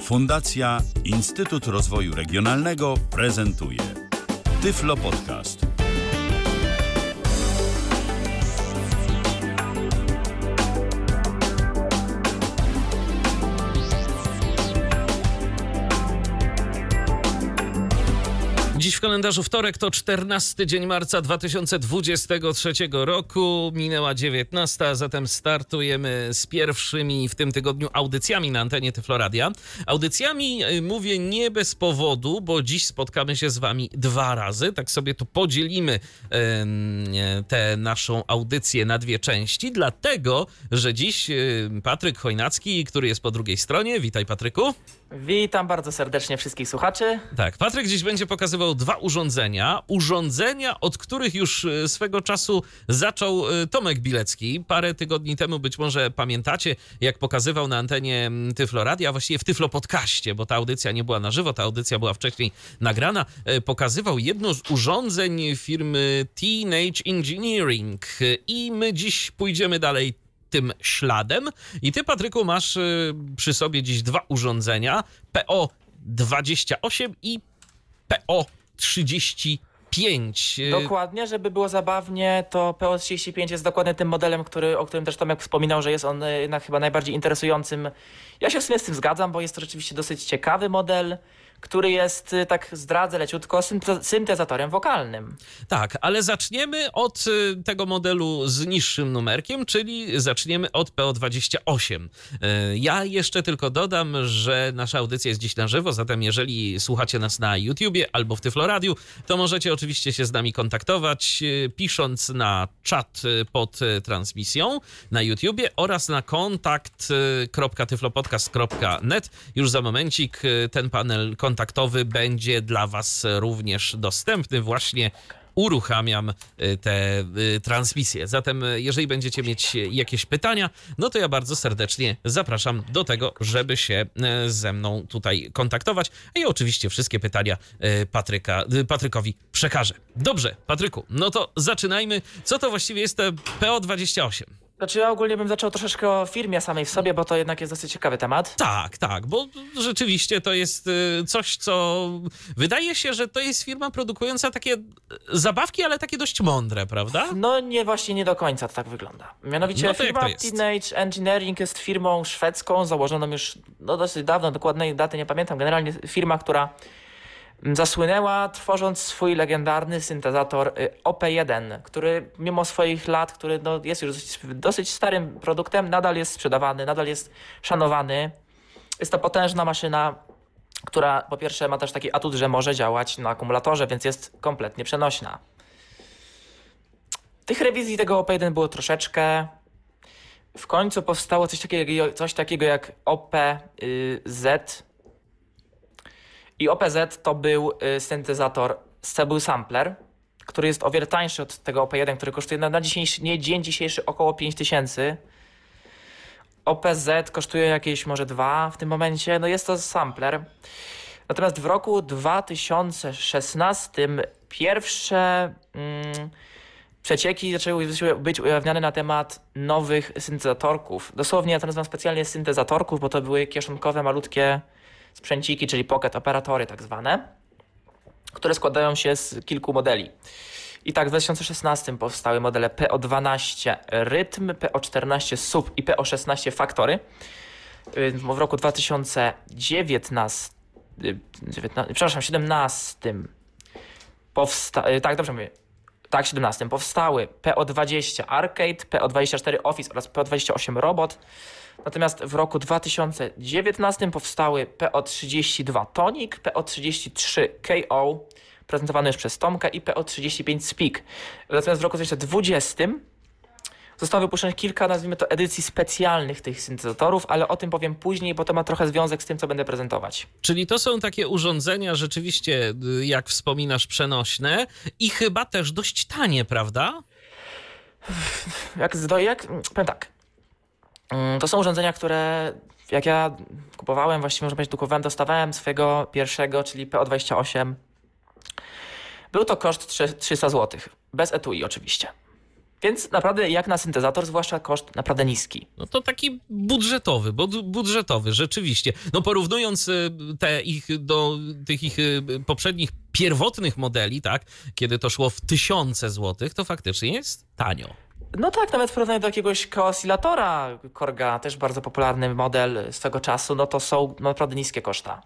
Fundacja Instytut Rozwoju Regionalnego prezentuje Tyflo Podcast. Dziś w kalendarzu wtorek to 14 dzień marca 2023 roku. Minęła 19, a zatem startujemy z pierwszymi w tym tygodniu audycjami na antenie Tyflo Radia. Audycjami mówię nie bez powodu, bo dziś spotkamy się z wami 2 razy. Tak sobie tu podzielimy tę naszą audycję na 2 części, dlatego, że dziś Patryk Chojnacki, który jest po drugiej stronie. Witaj, Patryku. Witam bardzo serdecznie wszystkich słuchaczy. Tak, Patryk dziś będzie pokazywał 2 urządzenia, od których już swego czasu zaczął Tomek Bilecki. Parę tygodni temu być może pamiętacie, jak pokazywał na antenie Tyflo Radia, a właściwie w Tyflo Podcaście, bo ta audycja nie była na żywo, ta audycja była wcześniej nagrana. Pokazywał jedno z urządzeń firmy Teenage Engineering i my dziś pójdziemy dalej tym śladem. I ty, Patryku, masz przy sobie dziś 2 urządzenia, PO28 i PO35. Dokładnie, żeby było zabawnie, to PO35 jest dokładnie tym modelem, o którym też Tomek wspominał, że jest on jednak chyba najbardziej interesującym. Ja się w sumie z tym zgadzam, bo jest to rzeczywiście dosyć ciekawy model, który jest, tak zdradzę leciutko, syntezatorem wokalnym. Tak, ale zaczniemy od tego modelu z niższym numerkiem, czyli zaczniemy od PO28. Ja jeszcze tylko dodam, że nasza audycja jest dziś na żywo, zatem jeżeli słuchacie nas na YouTubie albo w Tyflo Radiu, to możecie oczywiście się z nami kontaktować, pisząc na czat pod transmisją na YouTubie oraz na kontakt.tyflopodcast.net. Już za momencik ten panel kontaktowy będzie dla was również dostępny. Właśnie uruchamiam tę transmisję. Zatem jeżeli będziecie mieć jakieś pytania, no to ja bardzo serdecznie zapraszam do tego, żeby się ze mną tutaj kontaktować. A ja oczywiście wszystkie pytania Patrykowi przekażę. Dobrze, Patryku, no to zaczynajmy. Co to właściwie jest te PO28? Znaczy ja ogólnie bym zaczął troszeczkę o firmie samej w sobie, bo to jednak jest dosyć ciekawy temat. Tak, bo rzeczywiście to jest coś, co wydaje się, że to jest firma produkująca takie zabawki, ale takie dość mądre, prawda? No nie, właśnie nie do końca to tak wygląda. Mianowicie firma Teenage Engineering jest firmą szwedzką, założoną już dosyć dawno, dokładnej daty nie pamiętam. Generalnie firma, która zasłynęła tworząc swój legendarny syntezator OP1, który mimo swoich lat, który jest już dosyć starym produktem, nadal jest sprzedawany, nadal jest szanowany. Jest to potężna maszyna, która po pierwsze ma też taki atut, że może działać na akumulatorze, więc jest kompletnie przenośna. Tych rewizji tego OP1 było troszeczkę. W końcu powstało coś takiego jak OP-Z. I OP-Z to był syntezator, to był sampler, który jest o wiele tańszy od tego OP1, który kosztuje na dzień dzisiejszy około 5000. OP-Z kosztuje jakieś może 2 w tym momencie, no jest to sampler. Natomiast w roku 2016 pierwsze przecieki zaczęły być ujawniane na temat nowych syntezatorków. Dosłownie ja to nazywam specjalnie syntezatorków, bo to były kieszonkowe, malutkie sprzęciki, czyli pocket operatory tak zwane, które składają się z kilku modeli. I tak w 2016 powstały modele PO12 Rytm, PO14 Sub i PO16 Factory. W roku 2017 powstały PO20 Arcade, PO24 Office oraz PO28 Robot. Natomiast w roku 2019 powstały PO32 Tonic, PO33 KO, prezentowane już przez Tomka, i PO35 Speak. Natomiast w roku 2020 zostało wypuszczonych kilka, nazwijmy to, edycji specjalnych tych syntezatorów, ale o tym powiem później, bo to ma trochę związek z tym, co będę prezentować. Czyli to są takie urządzenia rzeczywiście, jak wspominasz, przenośne i chyba też dość tanie, prawda? Powiem tak. To są urządzenia, które jak ja kupowałem, właściwie można powiedzieć, dostawałem swojego pierwszego, czyli PO28. Był to koszt 300 zł, bez etui oczywiście. Więc naprawdę jak na syntezator, zwłaszcza koszt naprawdę niski. No to taki budżetowy, rzeczywiście. No porównując do tych ich poprzednich pierwotnych modeli, tak, kiedy to szło w 1000 złotych, to faktycznie jest tanio. No tak, nawet w porównaniu do jakiegoś oscylatora Korga, też bardzo popularny model swego czasu, no to są naprawdę niskie koszta.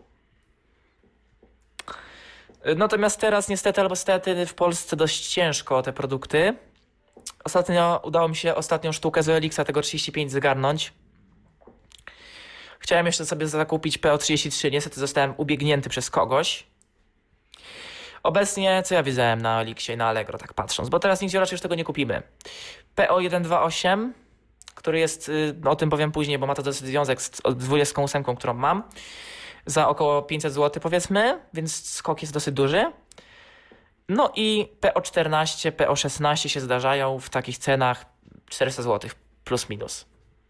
Natomiast teraz niestety albo stety w Polsce dość ciężko o te produkty. Ostatnio udało mi się ostatnią sztukę z OLX-a tego 35 zgarnąć. Chciałem jeszcze sobie zakupić PO33, niestety zostałem ubiegnięty przez kogoś. Obecnie, co ja widziałem na OLX-ie i na Allegro, tak patrząc, bo teraz nigdzie raczej już tego nie kupimy. PO128, który jest, o tym powiem później, bo ma to dosyć związek z 28, którą mam, za około 500 zł powiedzmy, więc skok jest dosyć duży. No i PO14, PO16 się zdarzają w takich cenach 400 zł plus minus.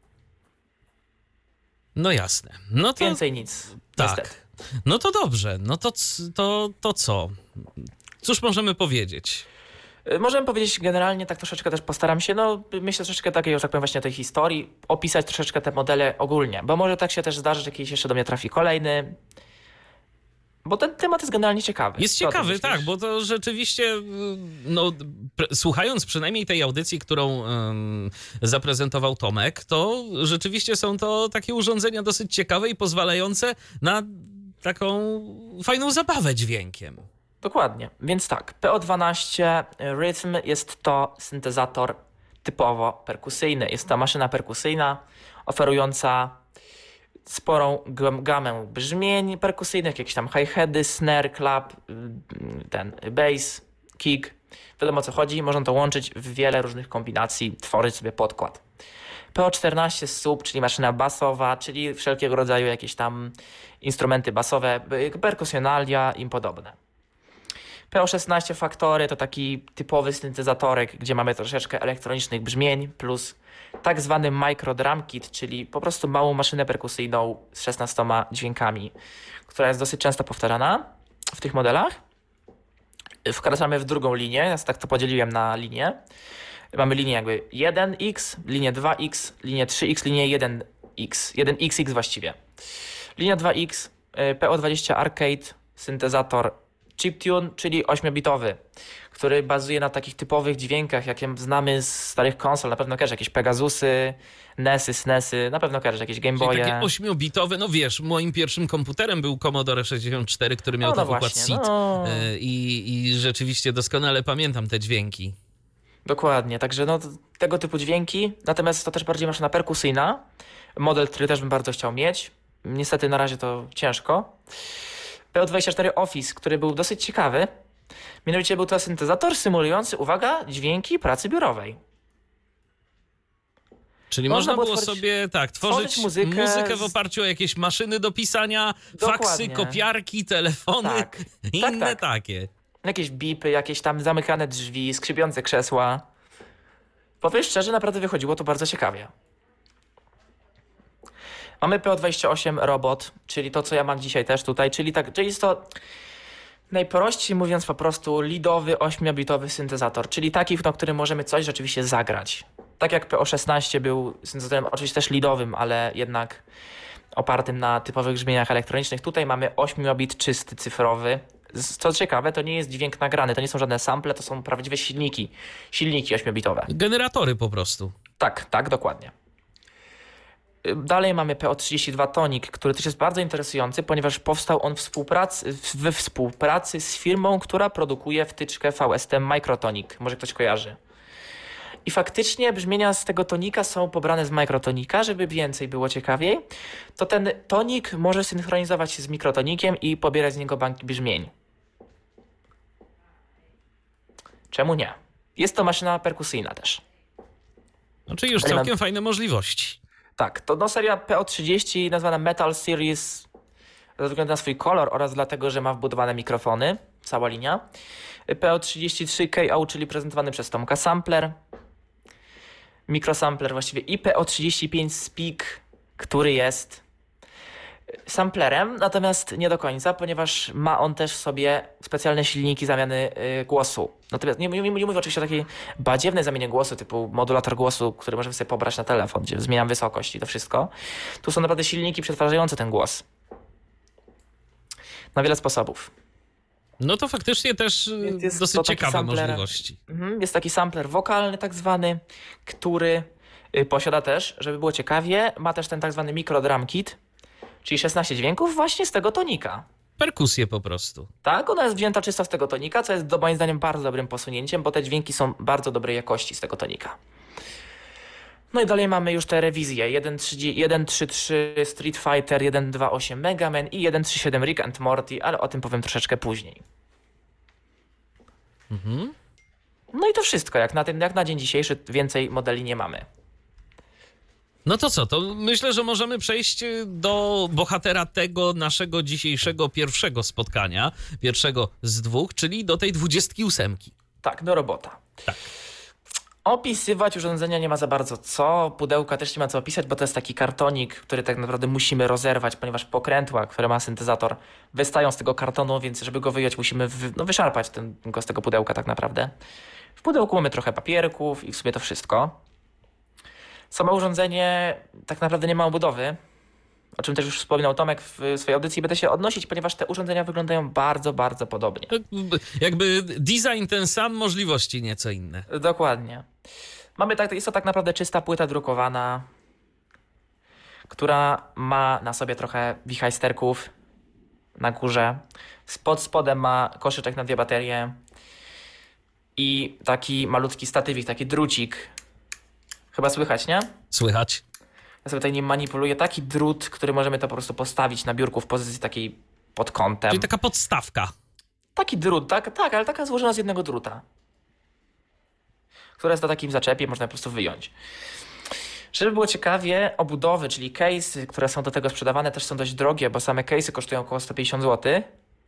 No jasne. No to więcej nic. Tak. Niestety. No to dobrze. No to co? Cóż możemy powiedzieć? Możemy powiedzieć generalnie, tak troszeczkę też postaram się, no myślę troszeczkę takiej, że tak powiem, właśnie tej historii, opisać troszeczkę te modele ogólnie, bo może tak się też zdarzy, że jakiś jeszcze do mnie trafi kolejny, bo ten temat jest generalnie ciekawy. Jest ciekawy, tak, bo to rzeczywiście, no, słuchając przynajmniej tej audycji, którą zaprezentował Tomek, to rzeczywiście są to takie urządzenia dosyć ciekawe i pozwalające na taką fajną zabawę dźwiękiem. Dokładnie, więc tak, PO12 Rhythm jest to syntezator typowo perkusyjny. Jest to maszyna perkusyjna oferująca sporą gamę brzmień perkusyjnych, jakieś tam hi-hedy, snare, clap, ten bass, kick. Wiadomo o co chodzi, można to łączyć w wiele różnych kombinacji, tworzyć sobie podkład. PO14 sub, czyli maszyna basowa, czyli wszelkiego rodzaju jakieś tam instrumenty basowe, perkusjonalia i podobne. PO16 Factory to taki typowy syntezatorek, gdzie mamy troszeczkę elektronicznych brzmień plus tak zwany micro drum kit, czyli po prostu małą maszynę perkusyjną z 16 dźwiękami, która jest dosyć często powtarzana w tych modelach. Wkraczamy w drugą linię, ja tak to podzieliłem na linie. Mamy linię jakby 1X, linię 2X, linię 3X, linię 1X, 1XX właściwie. Linia 2X, PO20 Arcade, syntezator chiptune, czyli 8-bitowy, który bazuje na takich typowych dźwiękach, jakie znamy z starych konsol. Na pewno kojarzysz jakieś Pegasusy, NESy, SNESy, na pewno kojarzysz jakieś Game Boye. Takie 8-bitowe, no wiesz, moim pierwszym komputerem był Commodore 64, który miał ten układ SID i rzeczywiście doskonale pamiętam te dźwięki. Dokładnie, także no tego typu dźwięki, natomiast to też bardziej maszyna perkusyjna, model, który też bym bardzo chciał mieć. Niestety na razie to ciężko. PO24 Office, który był dosyć ciekawy. Mianowicie był to syntezator symulujący, uwaga, dźwięki pracy biurowej. Czyli można było sobie tworzyć muzykę w oparciu o jakieś maszyny do pisania, faksy, kopiarki, telefony, inne takie. Jakieś bipy, jakieś tam zamykane drzwi, skrzypiące krzesła. Powiem szczerze, naprawdę wychodziło to bardzo ciekawie. Mamy PO28 Robot, czyli to, co ja mam dzisiaj też tutaj, czyli jest to najprościej mówiąc po prostu lidowy 8-bitowy syntezator, czyli taki, na którym możemy coś rzeczywiście zagrać. Tak jak PO16 był syntezatorem oczywiście też lidowym, ale jednak opartym na typowych brzmieniach elektronicznych. Tutaj mamy 8-bit czysty, cyfrowy. Co ciekawe, to nie jest dźwięk nagrany, to nie są żadne sample, to są prawdziwe silniki 8-bitowe. Generatory po prostu. Tak, dokładnie. Dalej mamy PO32 Tonic, który też jest bardzo interesujący, ponieważ powstał on we współpracy z firmą, która produkuje wtyczkę VST Microtonic. Może ktoś kojarzy. I faktycznie brzmienia z tego tonika są pobrane z Microtonika, żeby więcej było ciekawiej. To ten tonik może synchronizować się z mikrotonikiem i pobierać z niego banki brzmień. Czemu nie? Jest to maszyna perkusyjna też. No czyli już całkiem fajne możliwości. Tak, to seria PO30 nazwana Metal Series ze względu na swój kolor oraz dlatego, że ma wbudowane mikrofony, cała linia. PO33 KO, czyli prezentowany przez Tomka sampler. Mikrosampler właściwie i PO35 Speak, który jest samplerem, natomiast nie do końca, ponieważ ma on też w sobie specjalne silniki zamiany głosu. Natomiast nie mówię oczywiście o takiej badziewnej zamianie głosu, typu modulator głosu, który możemy sobie pobrać na telefon, gdzie zmieniam wysokość i to wszystko. Tu są naprawdę silniki przetwarzające ten głos. Na wiele sposobów. No to faktycznie też dosyć ciekawe możliwości. Jest taki sampler wokalny tak zwany, który posiada też, żeby było ciekawie, ma też ten tak zwany micro drum kit, czyli 16 dźwięków właśnie z tego tonika. Perkusję po prostu. Tak, ona jest wzięta czysto z tego tonika, co jest moim zdaniem bardzo dobrym posunięciem, bo te dźwięki są bardzo dobrej jakości z tego tonika. No i dalej mamy już te rewizje. 1.3.3 Street Fighter, 1.2.8 Mega Man i 1.3.7 Rick and Morty, ale o tym powiem troszeczkę później. No i to wszystko. Jak na dzień dzisiejszy więcej modeli nie mamy. No to co, to myślę, że możemy przejść do bohatera tego naszego dzisiejszego pierwszego spotkania, pierwszego z dwóch, czyli do tej 28. Tak, do robota. Tak. Opisywać urządzenia nie ma za bardzo co, pudełka też nie ma co opisać, bo to jest taki kartonik, który tak naprawdę musimy rozerwać, ponieważ pokrętła, które ma syntezator, wystają z tego kartonu, więc żeby go wyjąć musimy wyszarpać go z tego pudełka tak naprawdę. W pudełku mamy trochę papierków i w sumie to wszystko. Samo urządzenie tak naprawdę nie ma obudowy, o czym też już wspominał Tomek w swojej audycji. Będę się odnosić, ponieważ te urządzenia wyglądają bardzo, bardzo podobnie. Jakby design ten sam, możliwości nieco inne. Dokładnie. Jest to tak naprawdę czysta płyta drukowana, która ma na sobie trochę wichajsterków na górze. Pod spodem ma koszyczek na 2 baterie i taki malutki statywik, taki drucik. Chyba słychać, nie? Słychać. Ja sobie tutaj nim manipuluję. Taki drut, który możemy to po prostu postawić na biurku w pozycji takiej pod kątem. Czyli taka podstawka. Taki drut, tak, ale taka złożona z jednego druta. Która jest na takim zaczepie, można po prostu wyjąć. Żeby było ciekawie, obudowy, czyli case'y, które są do tego sprzedawane, też są dość drogie, bo same case'y kosztują około 150 zł.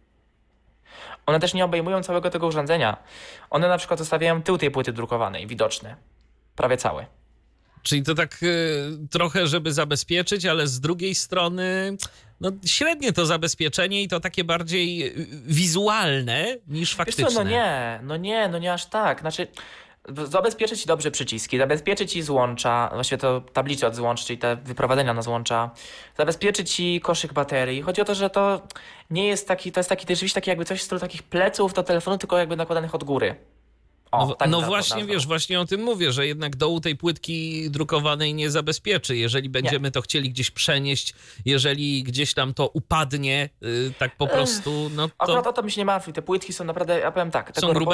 One też nie obejmują całego tego urządzenia. One na przykład zostawiają tył tej płyty drukowanej, widoczny. Prawie cały. Czyli to tak trochę, żeby zabezpieczyć, ale z drugiej strony no, średnie to zabezpieczenie i to takie bardziej wizualne niż faktyczne. Wiesz co, no nie aż tak. Znaczy, zabezpieczyć ci dobrze przyciski, zabezpieczyć ci złącza, właściwie to tablice od złącz, czyli te wyprowadzenia na złącza, zabezpieczyć ci koszyk baterii. Chodzi o to, że to nie jest taki, to jest taki rzeczywiście taki jakby coś w stylu takich pleców do telefonu, tylko jakby nakładanych od góry. Właśnie, wiesz, właśnie o tym mówię, że jednak dołu tej płytki drukowanej nie zabezpieczy. Jeżeli będziemy to chcieli gdzieś przenieść, jeżeli gdzieś tam to upadnie, tak po prostu, no to... Akurat o to mi się nie martwi. Te płytki są naprawdę, ja powiem tak... Są grube?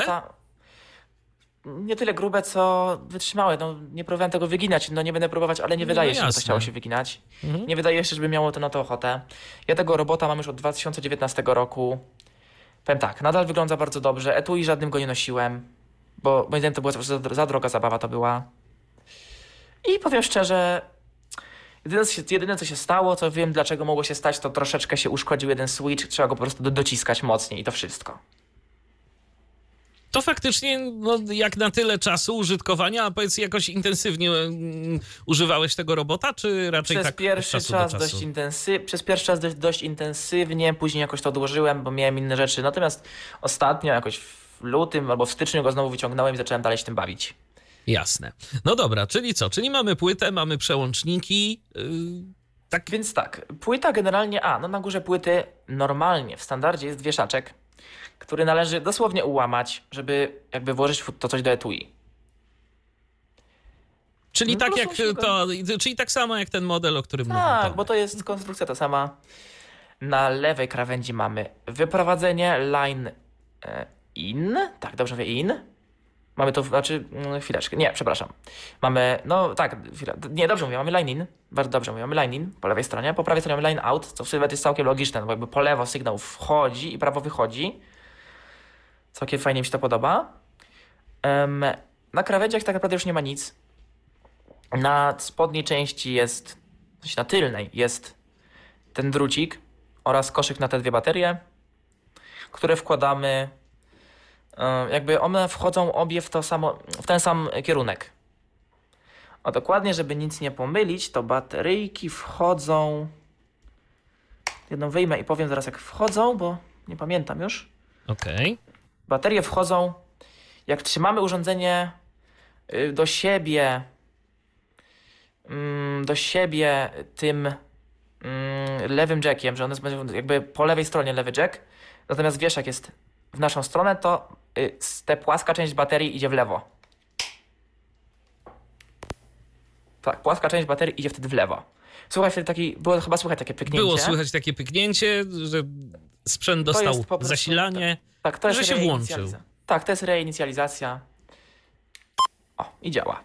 Nie tyle grube, co wytrzymałe. No, nie próbowałem tego wyginać, nie będę próbować, ale nie wydaje się, że to chciało się wyginać. Nie wydaje się, żeby miało to na to ochotę. Ja tego robota mam już od 2019 roku. Powiem tak, nadal wygląda bardzo dobrze. Etui żadnym go nie nosiłem. Bo moim zdaniem to była za droga zabawa to była. I powiem szczerze, jedyne co się stało, co wiem dlaczego mogło się stać, to troszeczkę się uszkodził jeden switch, trzeba go po prostu dociskać mocniej i to wszystko. To faktycznie, no, jak na tyle czasu użytkowania, a powiedz, jakoś intensywnie używałeś tego robota, czy raczej tak od czasu do czasu? Przez pierwszy czas dość intensywnie, później jakoś to odłożyłem, bo miałem inne rzeczy. Natomiast ostatnio jakoś w lutym albo w styczniu go znowu wyciągnąłem i zacząłem dalej się tym bawić. Jasne. No dobra, czyli co? Czyli mamy płytę, mamy przełączniki. Tak. Więc tak, płyta generalnie, na górze płyty normalnie w standardzie jest wieszaczek, który należy dosłownie ułamać, żeby jakby włożyć to coś do etui. Czyli tak jak czyli tak samo jak ten model, o którym mówię. Tak, bo to jest konstrukcja ta sama. Na lewej krawędzi mamy wyprowadzenie line in. Tak, dobrze mówię, in. Mamy to, chwileczkę, nie, przepraszam. Mamy, dobrze mówię, mamy line in. Bardzo dobrze mówię, mamy line in po lewej stronie. Po prawej stronie mamy line out, co w sumie jest całkiem logiczne, bo jakby po lewo sygnał wchodzi i prawo wychodzi. Całkiem fajnie mi się to podoba. Na krawędziach tak naprawdę już nie ma nic. Na spodniej części jest, na tylnej jest ten drucik oraz koszyk na te 2 baterie, które wkładamy, jakby one wchodzą obie w ten sam kierunek. A dokładnie, żeby nic nie pomylić, to bateryjki wchodzą Jedną wyjmę i powiem zaraz jak wchodzą, bo nie pamiętam już. Okej. Baterie wchodzą, jak trzymamy urządzenie do siebie tym lewym jackiem, że on jest jakby po lewej stronie lewy jack, natomiast wieszak jest w naszą stronę, to ta płaska część baterii idzie w lewo. Tak, płaska część baterii idzie wtedy w lewo. Słuchaj, wtedy było chyba słychać takie pyknięcie. Było słychać takie pyknięcie, że sprzęt dostał zasilanie, tak, to jest że się włączył. Tak, to jest reinicjalizacja. O, i działa.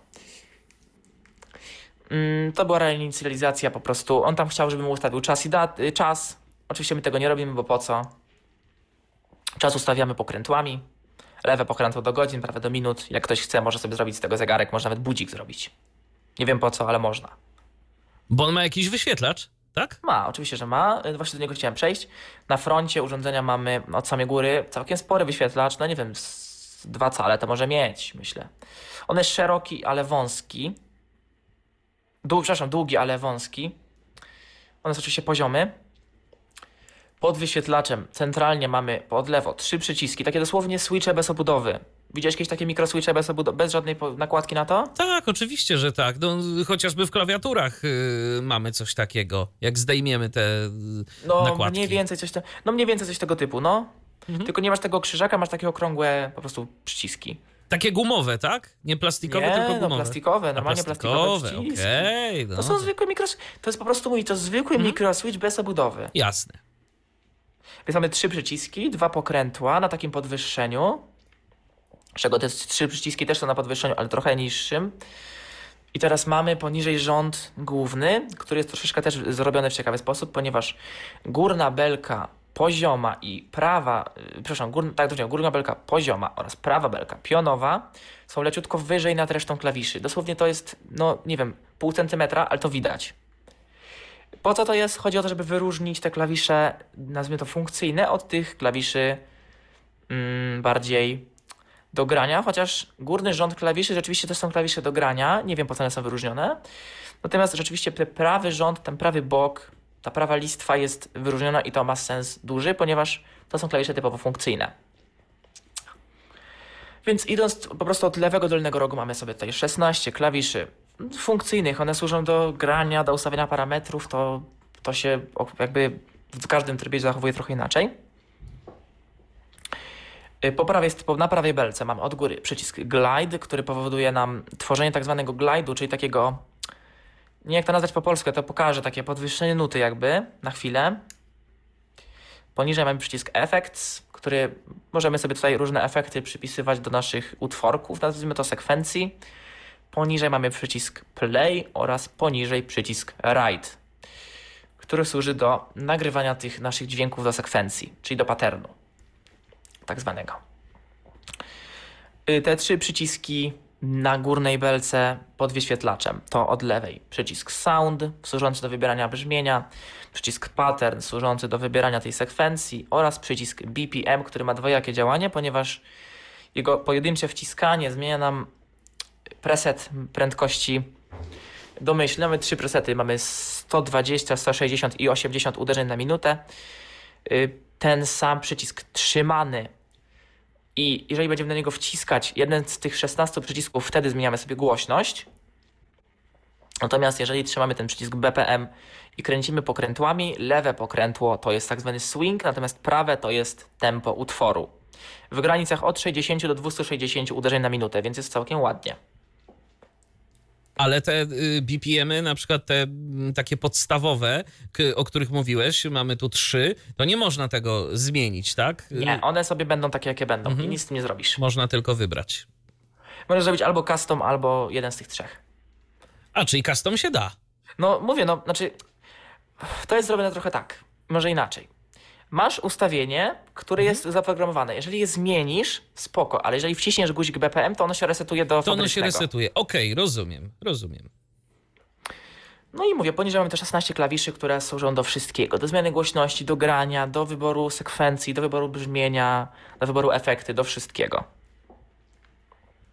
To była reinicjalizacja po prostu. On tam chciał, żebym ustawił czas i czas. Oczywiście my tego nie robimy, bo po co? Czas ustawiamy pokrętłami. Lewe pokrętło do godzin, prawe do minut. Jak ktoś chce, może sobie zrobić z tego zegarek, może nawet budzik zrobić. Nie wiem po co, ale można. Bo on ma jakiś wyświetlacz, tak? Ma, oczywiście, że ma. Właśnie do niego chciałem przejść. Na froncie urządzenia mamy od samej góry całkiem spory wyświetlacz. No nie wiem, 2 cale to może mieć, myślę. On jest szeroki, ale wąski. Długi, ale wąski. On jest oczywiście poziomy. Pod wyświetlaczem centralnie mamy od lewo 3 przyciski, takie dosłownie switche bez obudowy. Widziałeś jakieś takie mikroswitche bez żadnej nakładki na to? Tak, oczywiście, że tak. No, chociażby w klawiaturach mamy coś takiego, jak zdejmiemy te nakładki. Mniej więcej coś tego typu, no. Tylko nie masz tego krzyżaka, masz takie okrągłe po prostu przyciski. Takie gumowe, tak? Nie plastikowe, tylko gumowe. No plastikowe, normalnie plastikowe przyciski. Okej, no. To są zwykłe to jest po prostu zwykły mikroswitch bez obudowy. Jasne. Więc mamy 3 przyciski, 2 pokrętła na takim podwyższeniu. Z czego te 3 przyciski też są na podwyższeniu, ale trochę niższym. I teraz mamy poniżej rząd główny, który jest troszeczkę też zrobiony w ciekawy sposób, ponieważ górna belka pozioma i górna belka pozioma oraz prawa belka pionowa są leciutko wyżej nad resztą klawiszy. Dosłownie to jest, no nie wiem, pół centymetra, ale to widać. Po co to jest? Chodzi o to, żeby wyróżnić te klawisze, nazwijmy to funkcyjne, od tych klawiszy bardziej do grania, chociaż górny rząd klawiszy rzeczywiście to są klawisze do grania, nie wiem po co one są wyróżnione, natomiast rzeczywiście ten prawy rząd, ten prawy bok, ta prawa listwa jest wyróżniona i to ma sens duży, ponieważ to są klawisze typowo funkcyjne. Więc idąc po prostu od lewego dolnego rogu mamy sobie tutaj 16 klawiszy funkcyjnych, one służą do grania, do ustawienia parametrów, to się jakby w każdym trybie zachowuje trochę inaczej. Na prawej belce mamy od góry przycisk glide, który powoduje nam tworzenie tak zwanego glide'u, czyli takiego, nie jak to nazwać po polsku, ja to pokażę, takie podwyższenie nuty jakby na chwilę. Poniżej mamy przycisk effects, który możemy sobie tutaj różne efekty przypisywać do naszych utworków, nazwijmy to sekwencji. Poniżej mamy przycisk play oraz poniżej przycisk write, który służy do nagrywania tych naszych dźwięków do sekwencji, czyli do patternu tak zwanego. Te 3 przyciski na górnej belce pod wyświetlaczem to od lewej przycisk sound służący do wybierania brzmienia, przycisk pattern służący do wybierania tej sekwencji oraz przycisk BPM, który ma dwojakie działanie, ponieważ jego pojedyncze wciskanie zmienia nam preset prędkości domyślnej. Mamy 3 presety, mamy 120, 160 i 80 uderzeń na minutę. Ten sam przycisk trzymany i jeżeli będziemy na niego wciskać jeden z tych 16 przycisków, wtedy zmieniamy sobie głośność. Natomiast jeżeli trzymamy ten przycisk BPM i kręcimy pokrętłami, lewe pokrętło to jest tak zwany swing, natomiast prawe to jest tempo utworu. W granicach od 60 do 260 uderzeń na minutę, więc jest całkiem ładnie. Ale te BPM-y, na przykład te takie podstawowe, o których mówiłeś, mamy tu 3, to nie można tego zmienić, tak? Nie, one sobie będą takie, jakie będą i nic z tym nie zrobisz. Można tylko wybrać. Możesz zrobić albo custom, albo jeden z tych 3. A, czyli custom się da. No mówię, to jest zrobione trochę tak, może inaczej. Masz ustawienie, które jest zaprogramowane. Jeżeli je zmienisz, spoko, ale jeżeli wciśniesz guzik BPM, to ono się resetuje do fabrycznego. To ono się resetuje. Okej, rozumiem. No i mówię, poniżej mamy te 16 klawiszy, które służą do wszystkiego. Do zmiany głośności, do grania, do wyboru sekwencji, do wyboru brzmienia, do wyboru efekty, do wszystkiego.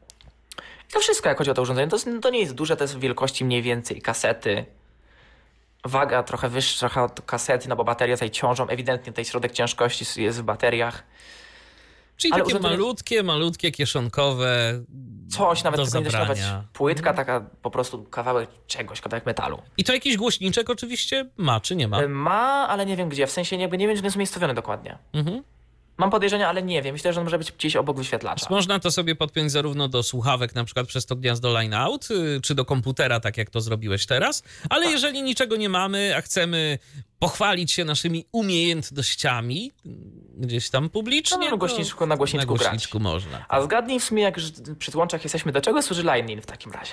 I to wszystko, jak chodzi o to urządzenie. To nie jest duże, to jest w wielkości mniej więcej kasety. waga trochę wyższa od kasety, no bo baterie tutaj ciążą. Ewidentnie tutaj środek ciężkości jest w bateriach. Czyli ale takie malutkie, kieszonkowe. Coś nawet do zabrania. Płytka, taka po prostu kawałek czegoś, kawałek metalu. I to jakiś głośniczek oczywiście ma, czy nie ma? Ma, ale nie wiem gdzie. W sensie nie wiem, że nie jest umiejscowiony dokładnie. Mam podejrzenia, ale nie wiem. Myślę, że on może być gdzieś obok wyświetlacza. Można to sobie podpiąć zarówno do słuchawek, na przykład przez to gniazdo line-out, czy do komputera, tak jak to zrobiłeś teraz. Ale tak. Jeżeli niczego nie mamy, a chcemy pochwalić się naszymi umiejętnościami gdzieś tam publicznie, no, na głośniczku grać. Można. A zgadnij w sumie, jak przy łączach jesteśmy, do czego służy line-in w takim razie?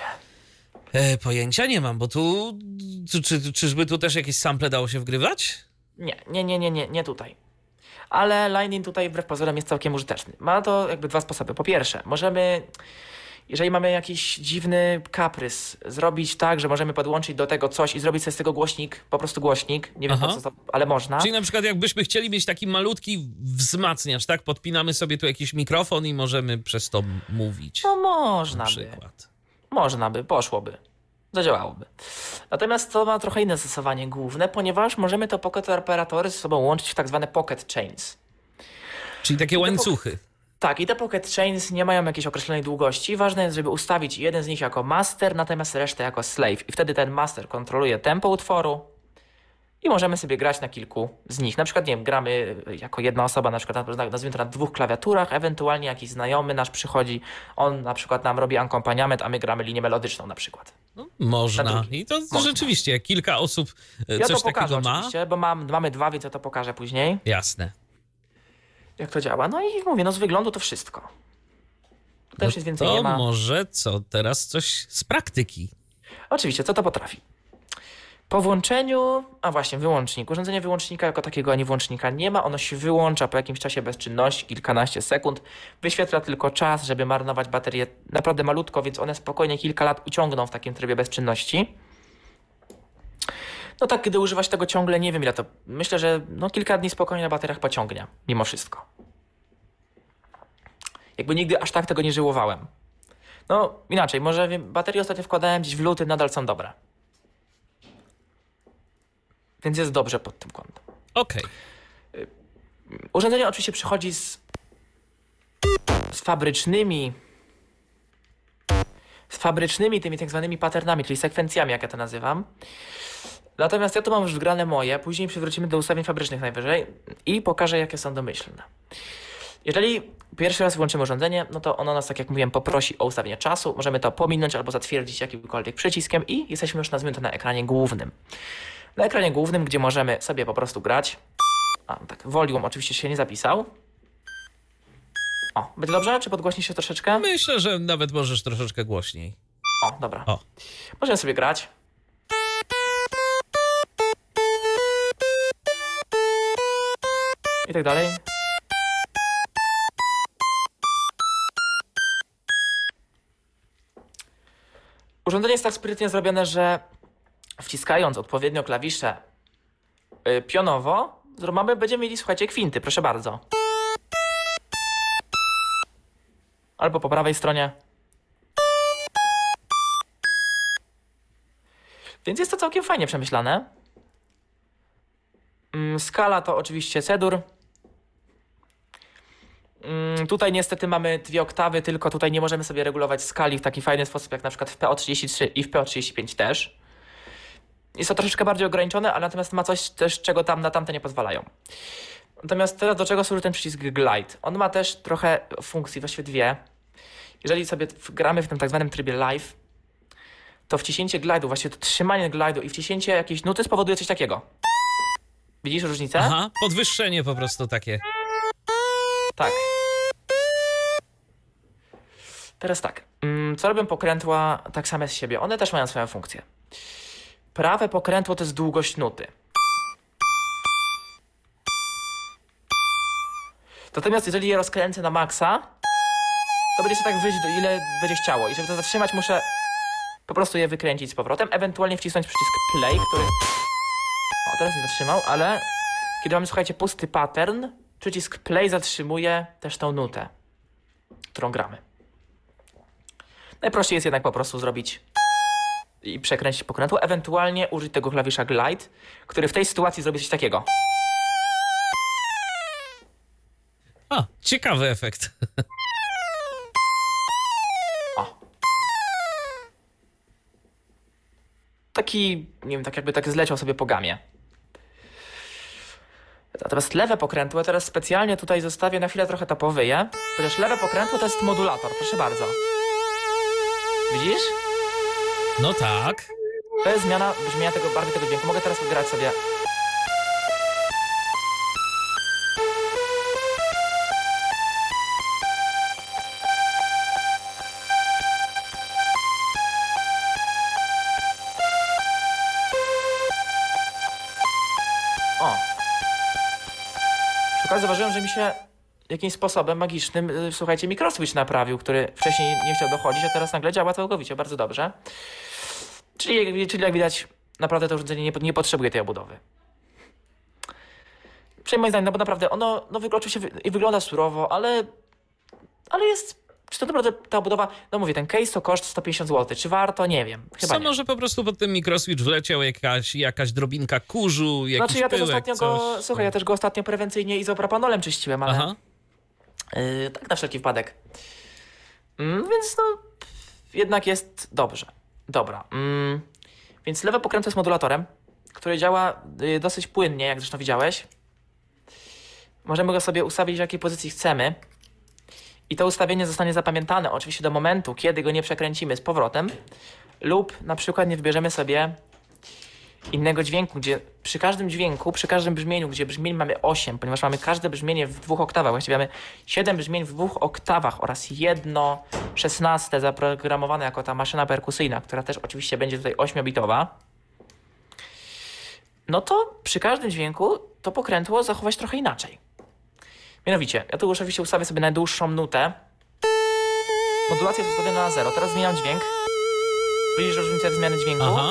Pojęcia nie mam, bo tu... Czyżby tu też jakieś sample dało się wgrywać? Nie tutaj. Ale line-in tutaj wbrew pozorom jest całkiem użyteczny. Ma to jakby dwa sposoby. Po pierwsze, możemy, jeżeli mamy jakiś dziwny kaprys, zrobić tak, że możemy podłączyć do tego coś i zrobić sobie z tego głośnik, po prostu głośnik. Nie wiem po co to, ale można. Czyli na przykład jakbyśmy chcieli mieć taki malutki wzmacniacz, tak? Podpinamy sobie tu jakiś mikrofon i możemy przez to mówić. No można na przykład. Można by, poszłoby. Zadziałałoby. Natomiast to ma trochę inne zastosowanie główne, ponieważ możemy to pocket operatory ze sobą łączyć w tak zwane pocket chains. Czyli takie łańcuchy. Tak, i te pocket chains nie mają jakiejś określonej długości. Ważne jest, żeby ustawić jeden z nich jako master, natomiast resztę jako slave. I wtedy ten master kontroluje tempo utworu i możemy sobie grać na kilku z nich. Na przykład, nie wiem, gramy jako jedna osoba, na przykład nazwijmy to na 2 klawiaturach, ewentualnie jakiś znajomy nasz przychodzi, on na przykład nam robi akompaniament, a my gramy linię melodyczną na przykład. No, można. I to można. Rzeczywiście, jak kilka osób coś takiego ma. Oczywiście, bo mamy 2, więc ja to pokażę później. Jasne. Jak to działa. No i mówię, z wyglądu to wszystko. To też jest więcej nie ma. To może teraz coś z praktyki. Oczywiście, co to potrafi? Po włączeniu, wyłącznik. Urządzenie wyłącznika jako takiego ani włącznika nie ma. Ono się wyłącza po jakimś czasie bezczynności, kilkanaście sekund. Wyświetla tylko czas, żeby marnować baterię naprawdę malutko, więc one spokojnie kilka lat uciągną w takim trybie bezczynności. No tak, gdy używać tego ciągle, nie wiem ile to... Myślę, że kilka dni spokojnie na bateriach pociągnie, mimo wszystko. Jakby nigdy aż tak tego nie żyłowałem. No inaczej, może baterie ostatnio wkładałem gdzieś w luty, nadal są dobre. Więc jest dobrze pod tym kątem. Okej. Urządzenie oczywiście przychodzi z fabrycznymi tymi tak zwanymi patternami, czyli sekwencjami, jak ja to nazywam. Natomiast ja tu mam już wgrane moje, później przywrócimy do ustawień fabrycznych najwyżej i pokażę, jakie są domyślne. Jeżeli pierwszy raz włączymy urządzenie, no to ono nas, tak jak mówiłem, poprosi o ustawienie czasu. Możemy to pominąć albo zatwierdzić jakimkolwiek przyciskiem i jesteśmy już, nazwijmy to, na ekranie głównym. Na ekranie głównym, gdzie możemy sobie po prostu grać. Tak, volume oczywiście się nie zapisał. O, będzie dobrze? Czy podgłośnisz się troszeczkę? Myślę, że nawet możesz troszeczkę głośniej. O, dobra. Możemy sobie grać. I tak dalej. Urządzenie jest tak sprytnie zrobione, że wciskając odpowiednio klawisze pionowo, będziemy mieli, słuchajcie, kwinty, proszę bardzo. Albo po prawej stronie. Więc jest to całkiem fajnie przemyślane. Skala to oczywiście C-dur. Tutaj niestety mamy 2 oktawy, tylko tutaj nie możemy sobie regulować skali w taki fajny sposób, jak na przykład w PO33 i w PO35 też. Jest to troszeczkę bardziej ograniczone, ale natomiast ma coś też, czego na tamte nie pozwalają. Natomiast teraz do czego służy ten przycisk Glide? On ma też trochę funkcji, właściwie 2. Jeżeli sobie gramy w tym tak zwanym trybie live, to wciśnięcie glide'u, właściwie to trzymanie glide'u i wciśnięcie jakiejś nuty spowoduje coś takiego. Widzisz różnicę? Aha, podwyższenie po prostu takie. Tak. Teraz tak. Co robią pokrętła tak same z siebie? One też mają swoją funkcję. Prawe pokrętło to jest długość nuty. Natomiast jeżeli je rozkręcę na maksa, to będzie się tak wyjść, do ile będzie chciało. I żeby to zatrzymać, muszę po prostu je wykręcić z powrotem, ewentualnie wcisnąć przycisk play, który... O, teraz nie zatrzymał, ale kiedy mamy, słuchajcie, pusty pattern, przycisk play zatrzymuje też tą nutę, którą gramy. Najprościej jest jednak po prostu zrobić i przekręcić pokrętło, ewentualnie użyć tego klawisza glide, który w tej sytuacji zrobi coś takiego. Ciekawy efekt. O. Taki, nie wiem, tak jakby tak zleciał sobie po gamie. Natomiast lewe pokrętło teraz specjalnie tutaj zostawię, na chwilę trochę to powyję, chociaż lewe pokrętło to jest modulator, proszę bardzo. Widzisz? No tak. To jest zmiana brzmienia tego, barwy tego dźwięku. Mogę teraz grać sobie. O. Przy okazji zauważyłem, że mi się jakimś sposobem magicznym, słuchajcie, mikroswitch naprawił, który wcześniej nie chciał dochodzić, a teraz nagle działa całkowicie, bardzo dobrze. Czyli jak widać, naprawdę to urządzenie nie potrzebuje tej obudowy. Przynajmniej moim zdaniem, no bo naprawdę ono oczywiście wygląda surowo, ale jest... Czy to naprawdę ta obudowa... No mówię, ten case to koszt 150 zł. Czy warto? Nie wiem. Chyba nie. Może po prostu pod ten mikroswitch wleciał jakaś drobinka kurzu, jakiś Znaczy ja też pyłek, ostatnio coś. Słuchaj, ja też go ostatnio prewencyjnie izopropanolem czyściłem, ale... Aha. Tak na wszelki wypadek. Więc no... Jednak jest dobrze. Dobra. Więc lewe pokrętło jest modulatorem, który działa dosyć płynnie, jak zresztą widziałeś. Możemy go sobie ustawić w jakiej pozycji chcemy. I to ustawienie zostanie zapamiętane oczywiście do momentu, kiedy go nie przekręcimy z powrotem. Lub na przykład nie wybierzemy sobie innego dźwięku, gdzie przy każdym dźwięku, przy każdym brzmieniu, gdzie brzmień mamy 8, ponieważ mamy każde brzmienie w 2 oktawach, właściwie mamy 7 brzmień w 2 oktawach oraz jedno 16 zaprogramowane jako ta maszyna perkusyjna, która też oczywiście będzie tutaj 8-bitowa. No to przy każdym dźwięku to pokrętło zachować trochę inaczej. Mianowicie, ja tu oczywiście ustawię sobie najdłuższą nutę. Modulacja jest ustawiona na 0. Teraz zmieniam dźwięk. Widzisz różnicę w zmiany dźwięku? Aha.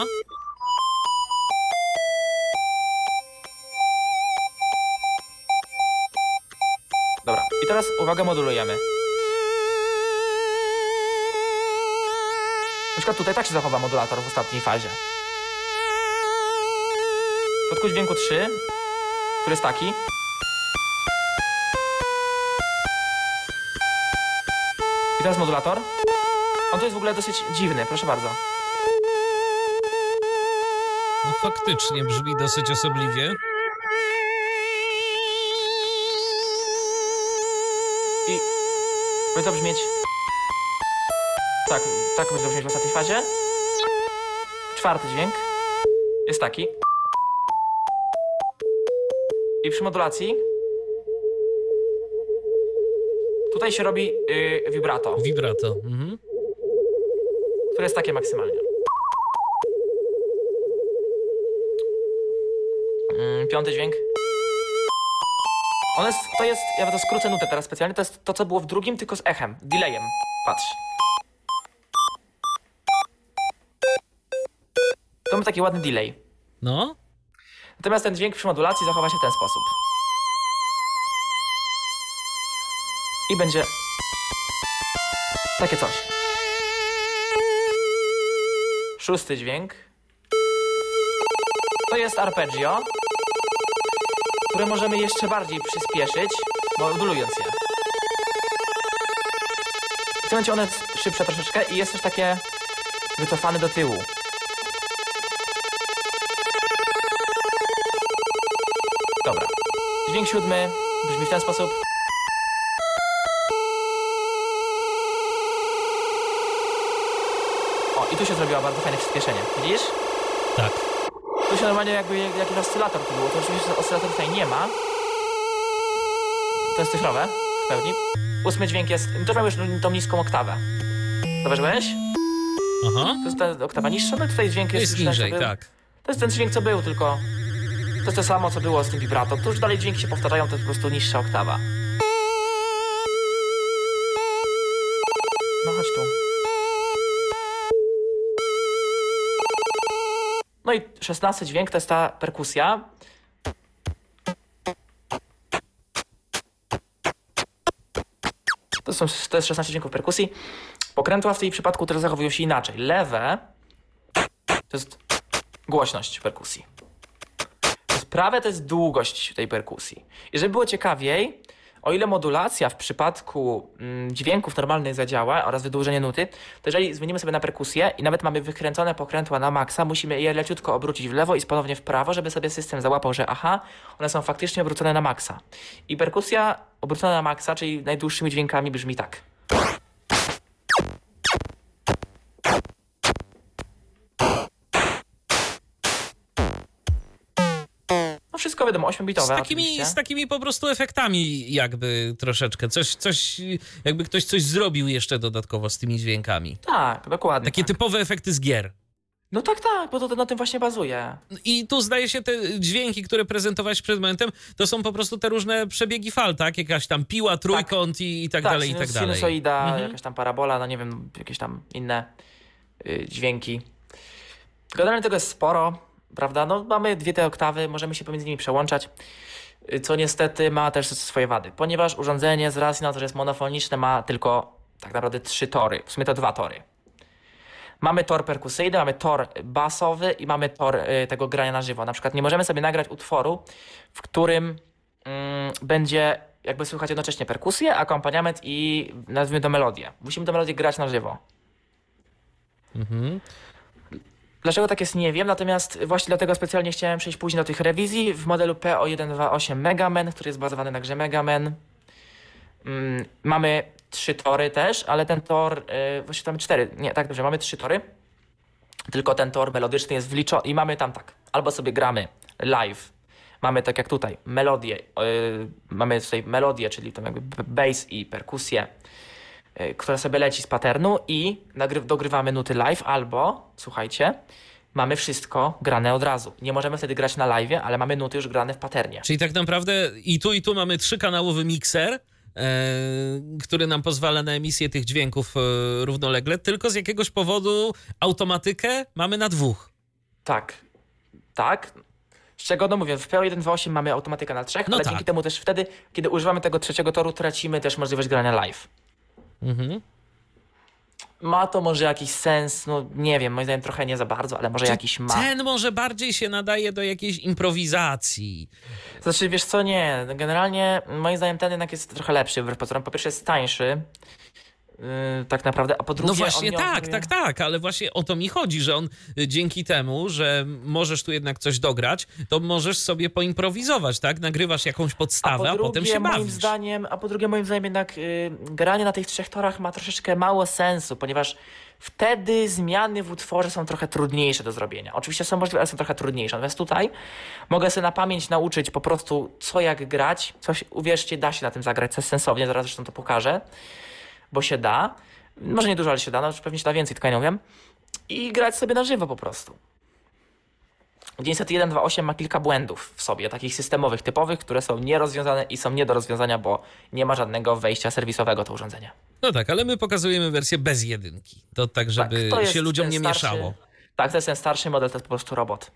Dobra. I teraz, uwaga, modulujemy. Na przykład tutaj tak się zachowa modulator w ostatniej fazie. W przypadku dźwięku 3, który jest taki. I teraz modulator. On tu jest w ogóle dosyć dziwny, proszę bardzo. No faktycznie brzmi dosyć osobliwie. I będzie to brzmieć... Tak będzie to brzmieć w ostatniej fazie. Czwarty dźwięk jest taki. I przy modulacji tutaj się robi vibrato. Vibrato. Które jest takie maksymalnie. Piąty dźwięk. Ja to skrócę nutę teraz specjalnie, to jest to, co było w drugim, tylko z echem, delayem. Patrz. To ma taki ładny delay. No. Natomiast ten dźwięk przy modulacji zachowa się w ten sposób. I będzie takie coś. Szósty dźwięk. To jest arpeggio, które możemy jeszcze bardziej przyspieszyć, modulując je. W tym momencie one jest szybsze troszeczkę i jest też takie wycofane do tyłu. Dobra. Dźwięk siódmy brzmi w ten sposób. O, i tu się zrobiło bardzo fajne przyspieszenie. Widzisz? Tak. Tu się normalnie jakby jakiś oscylator tu było. To oczywiście oscylator tutaj nie ma. To jest cyfrowe w pełni. Ósmy dźwięk jest... To miał już tą niską oktawę. Zauważyłeś? Aha. To jest ta oktawa niższa, no i tutaj dźwięk Jest niżej, tak. To jest ten dźwięk, co był, tylko... To jest to samo, co było z tym vibrato. Tu już dalej dźwięki się powtarzają, to jest po prostu niższa oktawa. No chodź tu. No i 16 dźwięk to jest ta perkusja. To jest 16 dźwięków perkusji. Pokrętła w tej przypadku teraz zachowują się inaczej. Lewe to jest głośność perkusji. Prawe to jest długość tej perkusji. I żeby było ciekawiej, o ile modulacja w przypadku dźwięków normalnych zadziała oraz wydłużenie nuty, to jeżeli zmienimy sobie na perkusję i nawet mamy wykręcone pokrętła na maksa, musimy je leciutko obrócić w lewo i ponownie w prawo, żeby sobie system załapał, że aha, one są faktycznie obrócone na maksa. I perkusja obrócona na maksa, czyli najdłuższymi dźwiękami brzmi tak. No wszystko wiadomo, 8-bitowe z takimi po prostu efektami jakby troszeczkę. Coś jakby ktoś coś zrobił jeszcze dodatkowo z tymi dźwiękami. Tak, dokładnie. Takie typowe efekty z gier. No tak, bo to na tym właśnie bazuje. I tu zdaje się te dźwięki, które prezentowałeś przed momentem, to są po prostu te różne przebiegi fal, tak? Jakaś tam piła, trójkąt i tak dalej, i tak dalej. Sinusoida, jakaś tam parabola, no nie wiem, jakieś tam inne dźwięki. Generalnie tego jest sporo, prawda? No mamy 2 te oktawy, możemy się pomiędzy nimi przełączać, co niestety ma też swoje wady, ponieważ urządzenie z racji na to, że jest monofoniczne, ma tylko tak naprawdę 3 tory, w sumie to 2 tory. Mamy tor perkusyjny, mamy tor basowy i mamy tor tego grania na żywo. Na przykład nie możemy sobie nagrać utworu, w którym będzie jakby słychać jednocześnie perkusję, akompaniament i nazwijmy to melodię. Musimy tę melodię grać na żywo. Dlaczego tak jest, nie wiem, natomiast właśnie dlatego specjalnie chciałem przejść później do tych rewizji w modelu PO128 Megaman, który jest bazowany na grze Megaman. Mamy 3 tory też, ale ten tor, właściwie tam 4, nie, tak dobrze, mamy 3 tory, tylko ten tor melodyczny jest wliczony i mamy tam tak, albo sobie gramy live, mamy tak jak tutaj melodię, mamy tutaj melodię, czyli tam jakby bass i perkusję, która sobie leci z patternu i dogrywamy nuty live, albo, słuchajcie, mamy wszystko grane od razu. Nie możemy wtedy grać na live, ale mamy nuty już grane w patternie. Czyli tak naprawdę i tu mamy 3-kanałowy mikser, który nam pozwala na emisję tych dźwięków równolegle, tylko z jakiegoś powodu automatykę mamy na 2. Tak. Z czego, no mówię, w PO128 mamy automatykę na 3, ale dzięki temu też wtedy, kiedy używamy tego 3. toru, tracimy też możliwość grania live. Ma to może jakiś sens, no nie wiem, moim zdaniem trochę nie za bardzo, ale może jakiś ma. Ten może bardziej się nadaje do jakiejś improwizacji. Znaczy, wiesz co, nie, generalnie moim zdaniem ten jednak jest trochę lepszy, wbrew pozorom. Po pierwsze jest tańszy, tak naprawdę, a po drugie... No właśnie tak, ale właśnie o to mi chodzi, że on dzięki temu, że możesz tu jednak coś dograć, to możesz sobie poimprowizować, tak? Nagrywasz jakąś podstawę, a potem się bawisz. A po drugie moim zdaniem jednak granie na tych 3 torach ma troszeczkę mało sensu, ponieważ wtedy zmiany w utworze są trochę trudniejsze do zrobienia. Oczywiście są możliwe, ale są trochę trudniejsze. Natomiast tutaj mogę sobie na pamięć nauczyć po prostu co jak grać. Coś, uwierzcie, da się na tym zagrać, co jest sensownie, zaraz zresztą to pokażę. Bo się da, może nie dużo, ale się da, no pewnie się da więcej, tylko ja nie wiem. I grać sobie na żywo po prostu. Niestety 1.2.8 ma kilka błędów w sobie, takich systemowych, typowych, które są nierozwiązane i są nie do rozwiązania, bo nie ma żadnego wejścia serwisowego to urządzenie. No tak, ale my pokazujemy wersję bez 1. To tak, żeby się ludziom nie mieszało. Tak, to jest ten starszy model, to jest po prostu robot.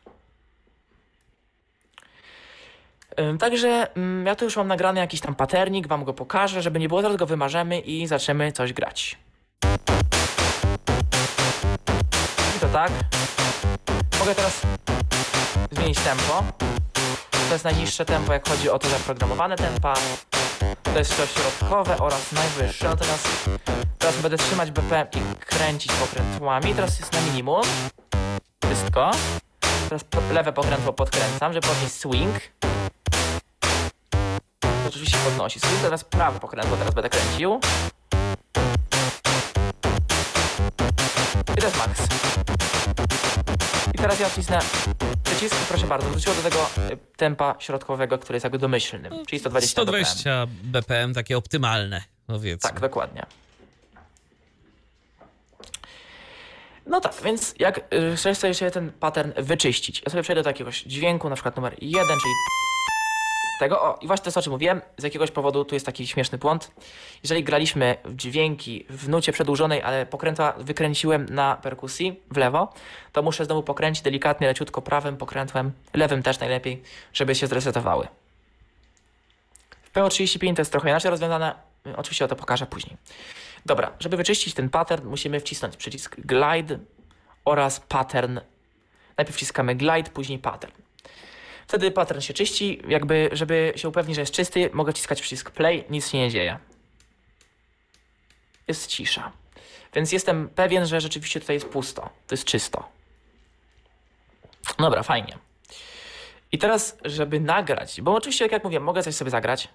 Także ja tu już mam nagrany jakiś tam paternik, wam go pokażę, żeby nie było, zaraz go wymarzymy i zaczniemy coś grać. I to tak. Mogę teraz zmienić tempo. To jest najniższe tempo, jak chodzi o to zaprogramowane tempa. To jest to środkowe oraz najwyższe. Natomiast teraz będę trzymać BPM i kręcić pokrętłami. Teraz jest na minimum. Wszystko. Teraz lewe pokrętło podkręcam, żeby podnieść swing. To oczywiście podnosi swing. Teraz prawe pokrętło teraz będę kręcił. I to jest max. I teraz ja wcisnę przycisk, proszę bardzo, wróciło do tego tempa środkowego, który jest jakby domyślnym, czyli 120 BPM, takie optymalne, powiedzmy. Tak, dokładnie. No tak, więc jak chcę sobie ten pattern wyczyścić, ja sobie przejdę do jakiegoś dźwięku, na przykład numer 1, czyli tego, o, i właśnie to jest o czym mówiłem, z jakiegoś powodu tu jest taki śmieszny błąd. Jeżeli graliśmy w dźwięki w nucie przedłużonej, ale pokrętła wykręciłem na perkusji w lewo, to muszę znowu pokręcić delikatnie, leciutko prawym pokrętłem, lewym też najlepiej, żeby się zresetowały. W PO35 to jest trochę inaczej rozwiązane, oczywiście o to pokażę później. Dobra, żeby wyczyścić ten pattern, musimy wcisnąć przycisk Glide oraz pattern Najpierw wciskamy glide, później pattern. Wtedy pattern się czyści, jakby żeby się upewnić, że jest czysty, mogę wciskać przycisk play, nic się nie dzieje. Jest cisza. Więc jestem pewien, że rzeczywiście tutaj jest pusto. To jest czysto. Dobra, fajnie. I teraz, żeby nagrać, bo oczywiście, jak mówię, mogę coś sobie zagrać.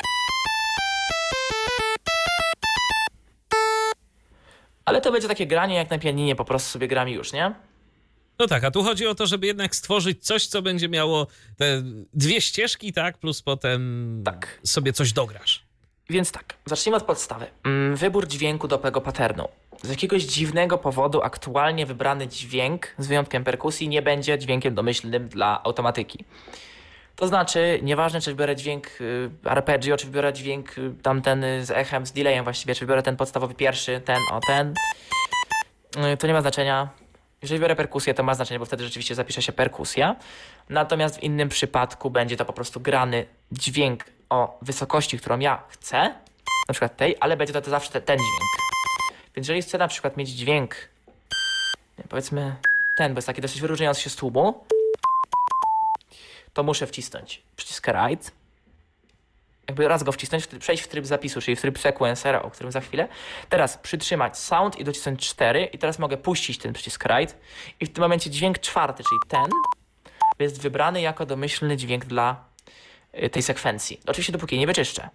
Ale to będzie takie granie jak na pianinie, po prostu sobie gram już, nie? No tak, a tu chodzi o to, żeby jednak stworzyć coś, co będzie miało te 2 ścieżki, tak? Plus potem tak sobie coś dograsz. Więc tak, zacznijmy od podstawy. Wybór dźwięku do tego patternu. Z jakiegoś dziwnego powodu aktualnie wybrany dźwięk, z wyjątkiem perkusji, nie będzie dźwiękiem domyślnym dla automatyki. To znaczy, nieważne czy wybiorę dźwięk arpeggio, czy wybiorę dźwięk tamten z echem, z delayem właściwie, czy wybiorę ten podstawowy pierwszy, ten, to nie ma znaczenia. Jeżeli biorę perkusję, to ma znaczenie, bo wtedy rzeczywiście zapisze się perkusja. Natomiast w innym przypadku będzie to po prostu grany dźwięk o wysokości, którą ja chcę, na przykład tej, ale będzie to zawsze ten dźwięk. Więc jeżeli chcę na przykład mieć dźwięk, powiedzmy ten, bo jest taki dosyć wyróżniający się z tłumu, to muszę wcisnąć przycisk right. Jakby raz go wcisnąć, przejść w tryb zapisu, czyli w tryb sequencera, o którym za chwilę. Teraz przytrzymać sound i docisnąć 4 i teraz mogę puścić ten przycisk right i w tym momencie dźwięk 4, czyli ten, jest wybrany jako domyślny dźwięk dla tej sekwencji. Oczywiście dopóki nie wyczyszczę.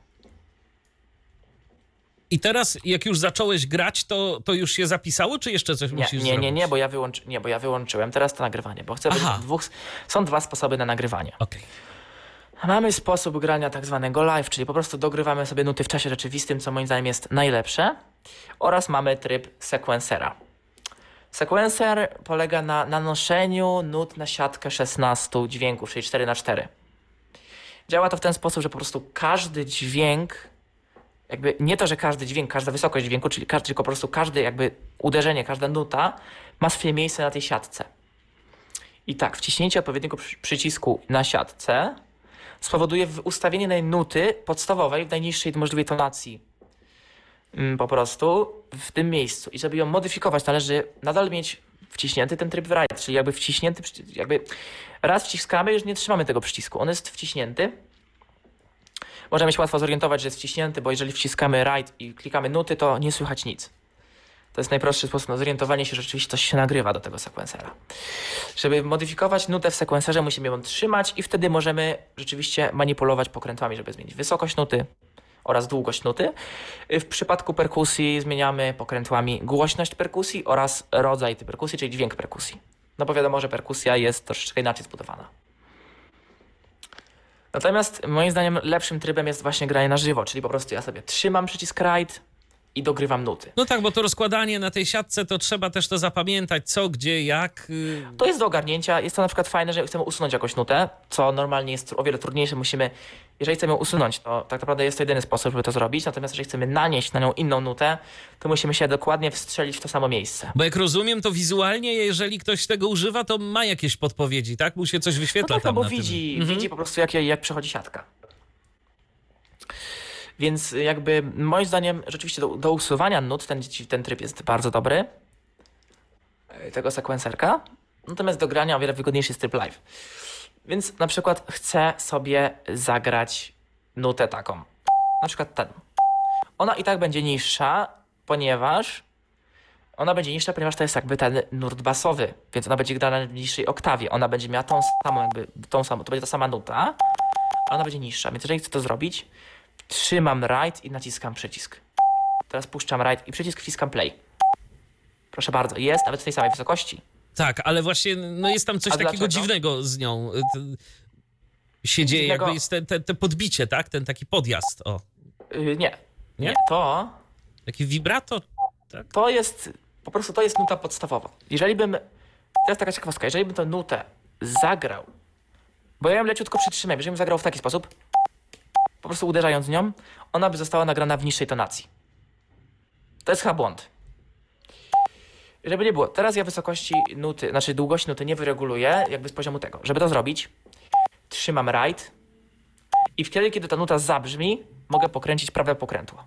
I teraz, jak już zacząłeś grać, to już się zapisało, czy jeszcze coś musisz zrobić? Nie, bo ja wyłączyłem teraz to nagrywanie, bo chcę są 2 sposoby na nagrywanie. Okay. Mamy sposób grania tak zwanego live, czyli po prostu dogrywamy sobie nuty w czasie rzeczywistym, co moim zdaniem jest najlepsze. Oraz mamy tryb sequencera. Sequencer polega na nanoszeniu nut na siatkę 16 dźwięków, czyli 4x4. Działa to w ten sposób, że po prostu każdy dźwięk, jakby nie to, że każdy dźwięk, każda wysokość dźwięku, tylko po prostu każde jakby uderzenie, każda nuta ma swoje miejsce na tej siatce. I tak, wciśnięcie odpowiedniego przycisku na siatce spowoduje ustawienie tej nuty podstawowej w najniższej możliwej tonacji po prostu w tym miejscu. I żeby ją modyfikować, należy nadal mieć wciśnięty ten tryb write, czyli jakby wciśnięty, jakby raz wciskamy, już nie trzymamy tego przycisku, on jest wciśnięty. Możemy się łatwo zorientować, że jest wciśnięty, bo jeżeli wciskamy write i klikamy nuty, to nie słychać nic. To jest najprostszy sposób na zorientowanie się, że rzeczywiście coś się nagrywa do tego sequencera. Żeby modyfikować nutę w sequencerze, musimy ją trzymać i wtedy możemy rzeczywiście manipulować pokrętłami, żeby zmienić wysokość nuty oraz długość nuty. W przypadku perkusji zmieniamy pokrętłami głośność perkusji oraz rodzaj tej perkusji, czyli dźwięk perkusji. No bo wiadomo, że perkusja jest troszeczkę inaczej zbudowana. Natomiast moim zdaniem lepszym trybem jest właśnie granie na żywo, czyli po prostu ja sobie trzymam przycisk write i dogrywam nuty. No tak, bo to rozkładanie na tej siatce, to trzeba też to zapamiętać, co, gdzie, jak. To jest do ogarnięcia. Jest to na przykład fajne, że chcemy usunąć jakąś nutę, co normalnie jest o wiele trudniejsze. Jeżeli chcemy ją usunąć, to tak naprawdę jest to jedyny sposób, żeby to zrobić. Natomiast jeżeli chcemy nanieść na nią inną nutę, to musimy się dokładnie wstrzelić w to samo miejsce. Bo jak rozumiem, to wizualnie, jeżeli ktoś tego używa, to ma jakieś podpowiedzi, tak? Mu się coś wyświetla no tak, tam bo na widzi po prostu, jak przechodzi siatka. Więc jakby moim zdaniem rzeczywiście do usuwania nut ten tryb jest bardzo dobry. Tego sequencerka. Natomiast do grania o wiele wygodniejszy jest tryb live. Więc na przykład chcę sobie zagrać nutę taką. Na przykład ten. Ona i tak będzie niższa, ponieważ to jest jakby ten nurt basowy, więc ona będzie grana w niższej oktawie. Ona będzie miała tą samą, to będzie ta sama nuta, ale ona będzie niższa. Więc jeżeli chcę to zrobić, trzymam right i naciskam przycisk. Teraz puszczam right i przycisk wciskam play. Proszę bardzo, jest nawet w tej samej wysokości. Tak, ale właśnie no jest tam coś takiego dziwnego z nią. Się dzieje, jakby jest te podbicie, tak? Ten taki podjazd, o. Nie, to... Taki vibrato, tak? To jest nuta podstawowa. Teraz taka ciekawostka, jeżeli bym tę nutę zagrał, bo ja ją leciutko przytrzymałem, jeżeli bym zagrał w taki sposób, po prostu uderzając nią, ona by została nagrana w niższej tonacji. To jest chyba błąd. Żeby nie było, teraz ja wysokości nuty, znaczy długości nuty nie wyreguluję jakby z poziomu tego. Żeby to zrobić, trzymam right i wtedy, kiedy ta nuta zabrzmi, mogę pokręcić prawe pokrętło.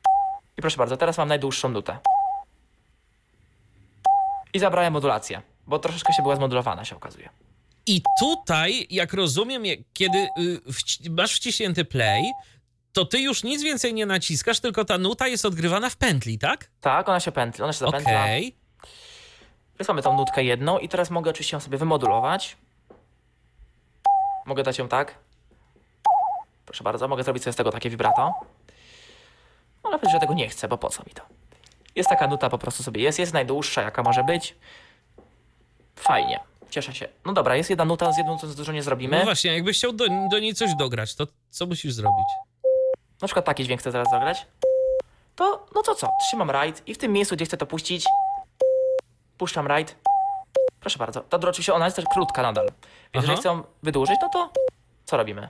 I proszę bardzo, teraz mam najdłuższą nutę. I zabrałem modulację, bo troszeczkę się była zmodulowana, się okazuje. I tutaj, jak rozumiem, kiedy masz wciśnięty play, to ty już nic więcej nie naciskasz, tylko ta nuta jest odgrywana w pętli, tak? Tak, ona się pętli, ona się zapętla. Okej. Więc mamy tą nutkę jedną i teraz mogę oczywiście ją sobie wymodulować. Mogę dać ją tak. Proszę bardzo, mogę zrobić sobie z tego takie vibrato. Ale powiedzieć, że tego nie chcę, bo po co mi to? Jest taka nuta, po prostu sobie jest najdłuższa, jaka może być. Fajnie, cieszę się. No dobra, jest jedna nuta, z jedną to dużo nie zrobimy. No właśnie, jakbyś chciał do niej coś dograć, to co musisz zrobić? Na przykład taki dźwięk chcę teraz zagrać. To, no to co? Trzymam right i w tym miejscu, gdzie chcę to puścić, puszczam right. Proszę bardzo. Ta oczywiście ona jest też krótka nadal. Więc jeżeli chcę ją wydłużyć, no to co robimy?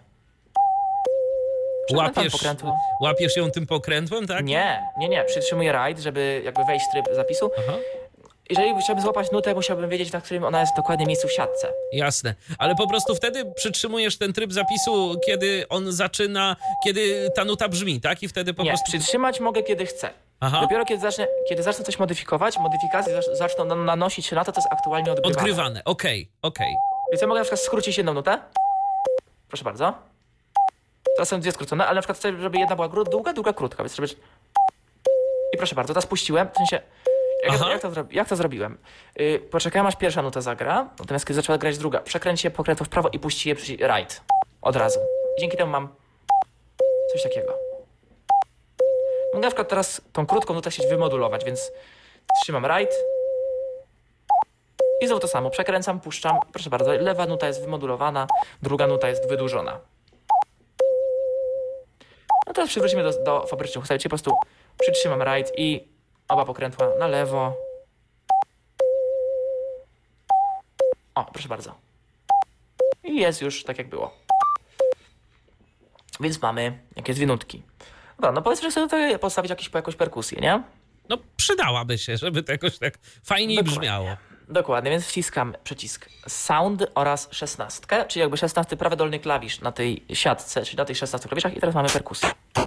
Łapiesz ją tym pokrętłem, tak? Nie. Przytrzymuję right, żeby jakby wejść w tryb zapisu. Aha. Jeżeli chciałbym złapać nutę, musiałbym wiedzieć, na którym ona jest dokładnie miejscu w siatce. Jasne, ale po prostu wtedy przytrzymujesz ten tryb zapisu, kiedy on zaczyna, kiedy ta nuta brzmi, tak? I wtedy po prostu... przytrzymać mogę, kiedy chcę. Aha. Dopiero kiedy zacznę coś modyfikować, modyfikacje zaczną nanosić się na to, co jest aktualnie odgrywane. Okej. Więc ja mogę na przykład skrócić jedną nutę. Proszę bardzo. Teraz są dwie skrócone, ale na przykład chcę, żeby jedna była długa, druga krótka, więc żeby... I proszę bardzo, teraz puściłem, w sensie... Jak to zrobiłem? Poczekałem, aż pierwsza nuta zagra, natomiast kiedy zaczęła grać druga, przekręć je pokrętło w prawo i puści je right. Od razu. I dzięki temu mam coś takiego. Mogę na przykład teraz tą krótką nutę chcieć wymodulować, więc trzymam right. I znowu to samo. Przekręcam, puszczam. Proszę bardzo, lewa nuta jest wymodulowana, druga nuta jest wydłużona. No teraz przywrócimy do fabrycznych ustawień. Po prostu przytrzymam right i oba pokrętła na lewo. O, proszę bardzo. I jest już tak, jak było. Więc mamy jakieś dwie nutki. Dobra, no powiedzmy, że sobie tutaj postawić jakąś perkusję, nie? No przydałaby się, żeby to jakoś tak fajniej brzmiało. Dokładnie, więc wciskam przycisk Sound oraz 16, czyli jakby 16 prawy dolny klawisz na tej siatce, czyli na tych 16 klawiszach i teraz mamy perkusję.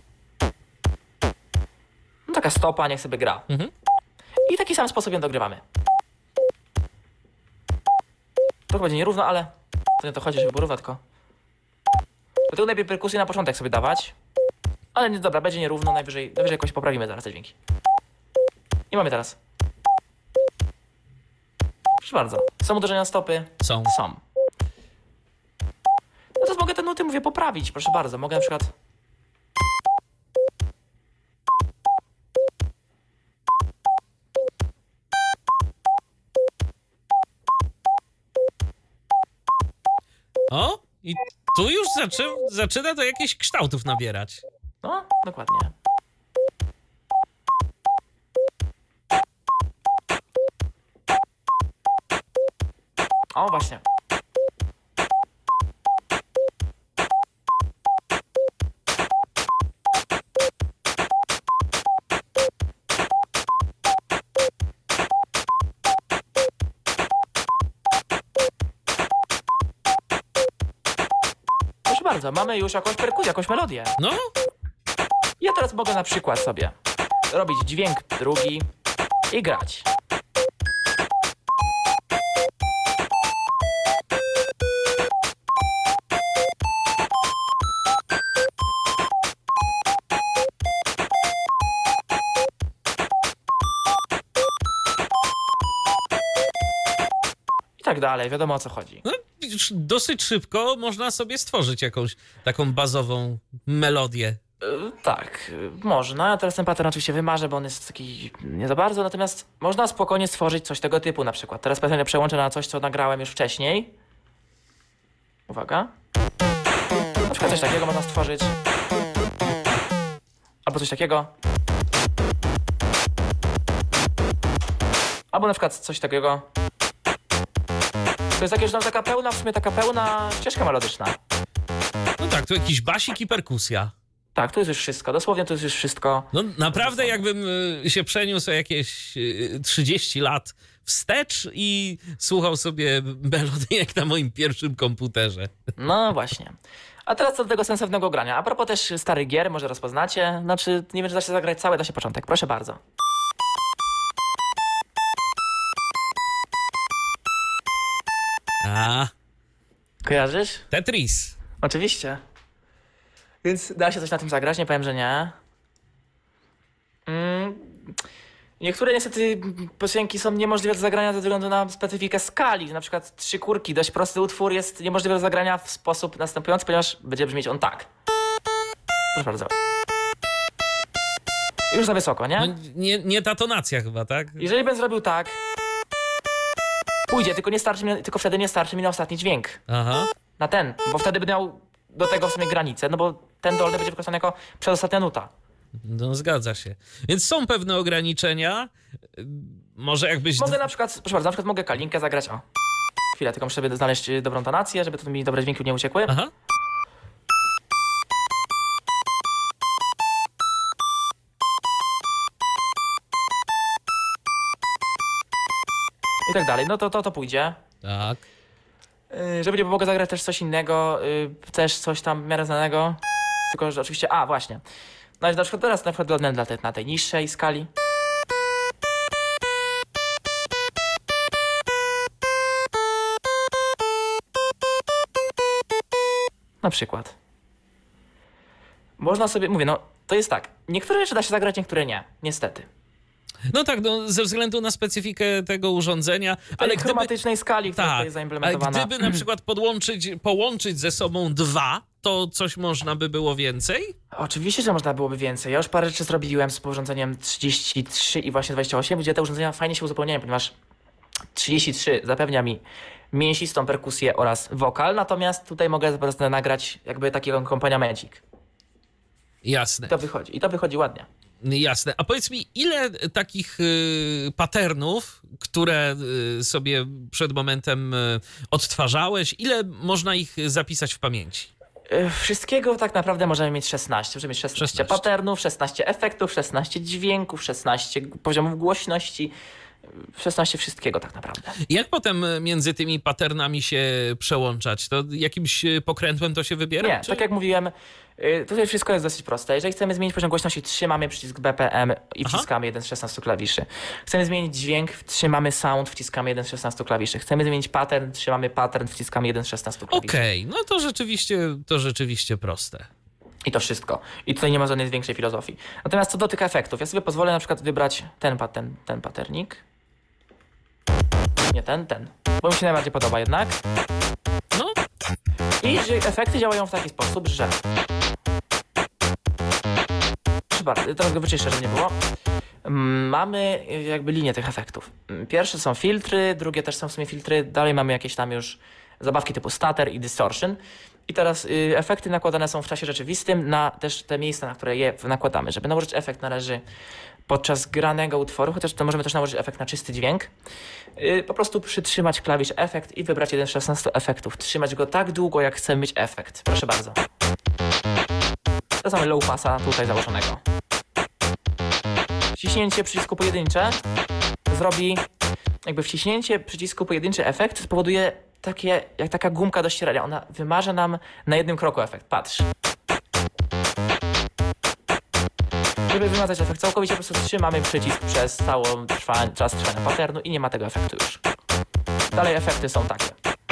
No taka stopa, niech sobie gra. I w taki sam sposób ją dogrywamy. To będzie nierówno, ale to nie to chodzi, żeby było równo, tylko... Dlatego najpierw perkusję na początek sobie dawać. Ale nie, dobra, będzie nierówno, najwyżej jakoś poprawimy zaraz te dźwięki. I mamy teraz. Proszę bardzo. Są uderzenia stopy? Są. No teraz mogę te nuty, mówię, poprawić, proszę bardzo. Mogę na przykład... O, i tu już zaczyna to jakichś kształtów nabierać. No, dokładnie. O, właśnie. Proszę bardzo, mamy już jakąś perkusję, jakąś melodię. No. Ja teraz mogę na przykład sobie robić dźwięk drugi i grać. I tak dalej, wiadomo o co chodzi. No, dosyć szybko można sobie stworzyć jakąś taką bazową melodię. Tak, można. Ja teraz ten pattern oczywiście wymarzę, bo on jest taki nie za bardzo, natomiast można spokojnie stworzyć coś tego typu na przykład. Teraz specjalnie przełączę na coś, co nagrałem już wcześniej. Uwaga. Na przykład coś takiego można stworzyć. Albo coś takiego. Albo na przykład coś takiego. To jest takie, że taka pełna, w sumie taka pełna ścieżka melodyczna. No tak, tu jakiś basik i perkusja. Tak, to jest już wszystko. Dosłownie to jest już wszystko. No naprawdę jakbym się przeniósł o jakieś 30 lat wstecz i słuchał sobie melodii jak na moim pierwszym komputerze. No właśnie. A teraz co do tego sensownego grania. A propos też starych gier, może rozpoznacie. Znaczy, nie wiem, czy da się zagrać całe, da się początek. Proszę bardzo. Kojarzysz? Tetris. Oczywiście. Więc da się coś na tym zagrać? Nie powiem, że nie. Niektóre niestety piosenki są niemożliwe do zagrania ze względu na specyfikę skali. Na przykład Trzy kurki, dość prosty utwór, jest niemożliwy do zagrania w sposób następujący, ponieważ będzie brzmieć on tak. Proszę bardzo. Już za wysoko, nie? No, nie ta tonacja chyba, tak? Jeżeli bym zrobił tak, pójdzie, tylko wtedy nie starczy mi na ostatni dźwięk. Aha. Na ten, bo wtedy będę miał do tego w sumie granicę, no bo ten dolny będzie wykorzystany jako przedostatnia nuta. No zgadza się. Więc są pewne ograniczenia. Może jakbyś... Mogę na przykład, proszę bardzo, na przykład mogę kalinkę zagrać, o. Chwilę, tylko muszę sobie znaleźć dobrą tonację, żeby to mi dobre dźwięki nie uciekły. Aha. I tak dalej, no to pójdzie. Tak. Żeby nie mogę zagrać też coś innego, też coś tam w miarę znanego. Tylko, że oczywiście, właśnie. No i na przykład teraz na tej niższej skali. Na przykład. Można sobie, mówię, no to jest tak. Niektóre rzeczy da się zagrać, niektóre nie. Niestety. No tak, no, ze względu na specyfikę tego urządzenia. Ale chromatycznej skali, która tutaj jest zaimplementowana. Ale gdyby na przykład połączyć ze sobą dwa, to coś można by było więcej? Oczywiście, że można byłoby więcej. Ja już parę rzeczy zrobiłem z urządzeniem 33 i właśnie 28, gdzie te urządzenia fajnie się uzupełniają, ponieważ 33 zapewnia mi mięsistą perkusję oraz wokal, natomiast tutaj mogę po prostu nagrać jakby taki akompaniamencik. Jasne. I to wychodzi ładnie. Jasne. A powiedz mi, ile takich patternów, które sobie przed momentem odtwarzałeś, ile można ich zapisać w pamięci? Wszystkiego tak naprawdę możemy mieć 16. Możemy mieć 16 patternów, 16 efektów, 16 dźwięków, 16 poziomów głośności. 16 wszystkiego tak naprawdę. Jak potem między tymi patternami się przełączać? To jakimś pokrętłem to się wybiera? Nie, tak jak mówiłem, tutaj wszystko jest dosyć proste. Jeżeli chcemy zmienić poziom głośności, trzymamy przycisk BPM i wciskamy jeden z 16 klawiszy. Chcemy zmienić dźwięk, trzymamy sound, wciskamy jeden z 16 klawiszy. Chcemy zmienić pattern, trzymamy pattern, wciskamy jeden z 16 klawiszy. Okej, no to rzeczywiście proste. I to wszystko. I tutaj nie ma żadnej większej filozofii. Natomiast co dotyka efektów, ja sobie pozwolę na przykład wybrać ten patternik. Nie ten. Bo mi się najbardziej podoba jednak. No. I że efekty działają w taki sposób, że... Proszę bardzo, teraz go wyczyszczę, żeby nie było. Mamy jakby linię tych efektów. Pierwsze są filtry, drugie też są w sumie filtry. Dalej mamy jakieś tam już zabawki typu stutter i distortion. I teraz efekty nakładane są w czasie rzeczywistym na też te miejsca, na które je nakładamy. Żeby nałożyć efekt należy podczas granego utworu, chociaż to możemy też nałożyć efekt na czysty dźwięk. Po prostu przytrzymać klawisz efekt i wybrać jeden z 16 efektów. Trzymać go tak długo, jak chcemy mieć efekt. Proszę bardzo. To mamy low passa tutaj założonego. Wciśnięcie przycisku pojedyncze zrobi, jakby wciśnięcie przycisku pojedynczy efekt spowoduje jak taka gumka do ścierania. Ona wymarza nam na jednym kroku efekt. Patrz. Żeby wymazać efekt całkowicie, po prostu trzymamy przycisk przez cały czas trwania patternu i nie ma tego efektu już. Dalej efekty są takie.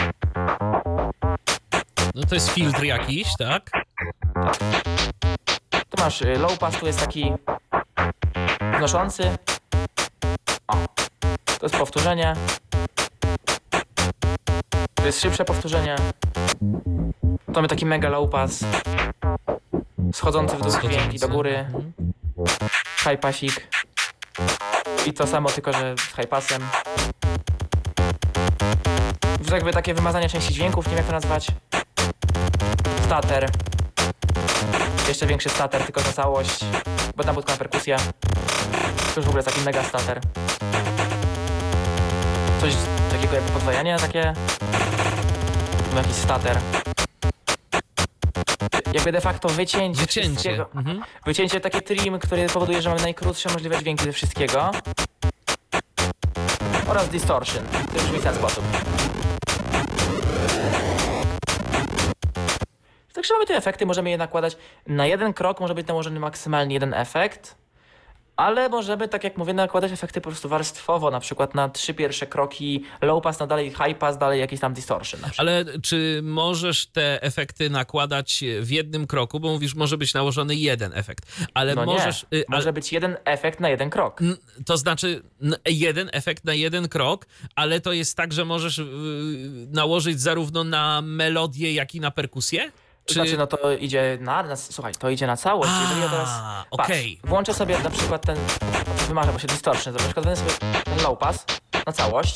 No to jest filtr jakiś, tak? Tak. Tu masz low pass, tu jest taki wznoszący. O. To jest powtórzenie. To jest szybsze powtórzenie. Tu mamy taki mega low pass. Schodzący w dół dźwięki do góry. High passik. I to samo, tylko że z high passem. Jakby takie wymazanie części dźwięków, nie wiem jak to nazwać. Stutter. Jeszcze większy stutter, tylko za całość. Bo tam na perkusja. To już w ogóle taki mega stutter. Coś takiego jakby podwajanie takie. Jakiś stutter. Jakby de facto wycięcie wszystkiego. Wycięcie taki trim, który powoduje, że mamy najkrótsze możliwe dźwięki ze wszystkiego. Oraz distortion, który brzmi w ten sposób. Tak, że mamy te efekty, możemy je nakładać na jeden krok, może być nałożony maksymalnie jeden efekt. Ale możemy, tak jak mówię, nakładać efekty po prostu warstwowo, na przykład na 3 pierwsze kroki low pass, na dalej high pass, dalej jakiś tam distortion. Ale czy możesz te efekty nakładać w jednym kroku? Bo mówisz, może być nałożony jeden efekt. Ale no możesz. Nie. Może być jeden efekt na jeden krok. To znaczy jeden efekt na jeden krok, ale to jest tak, że możesz nałożyć zarówno na melodię, jak i na perkusję? Czy... Znaczy, no to idzie słuchaj, to idzie na całość. Jeżeli ja teraz włączę sobie na przykład ten, wymarzę, bo się distortion, na przykład wezmę sobie ten low pass na całość.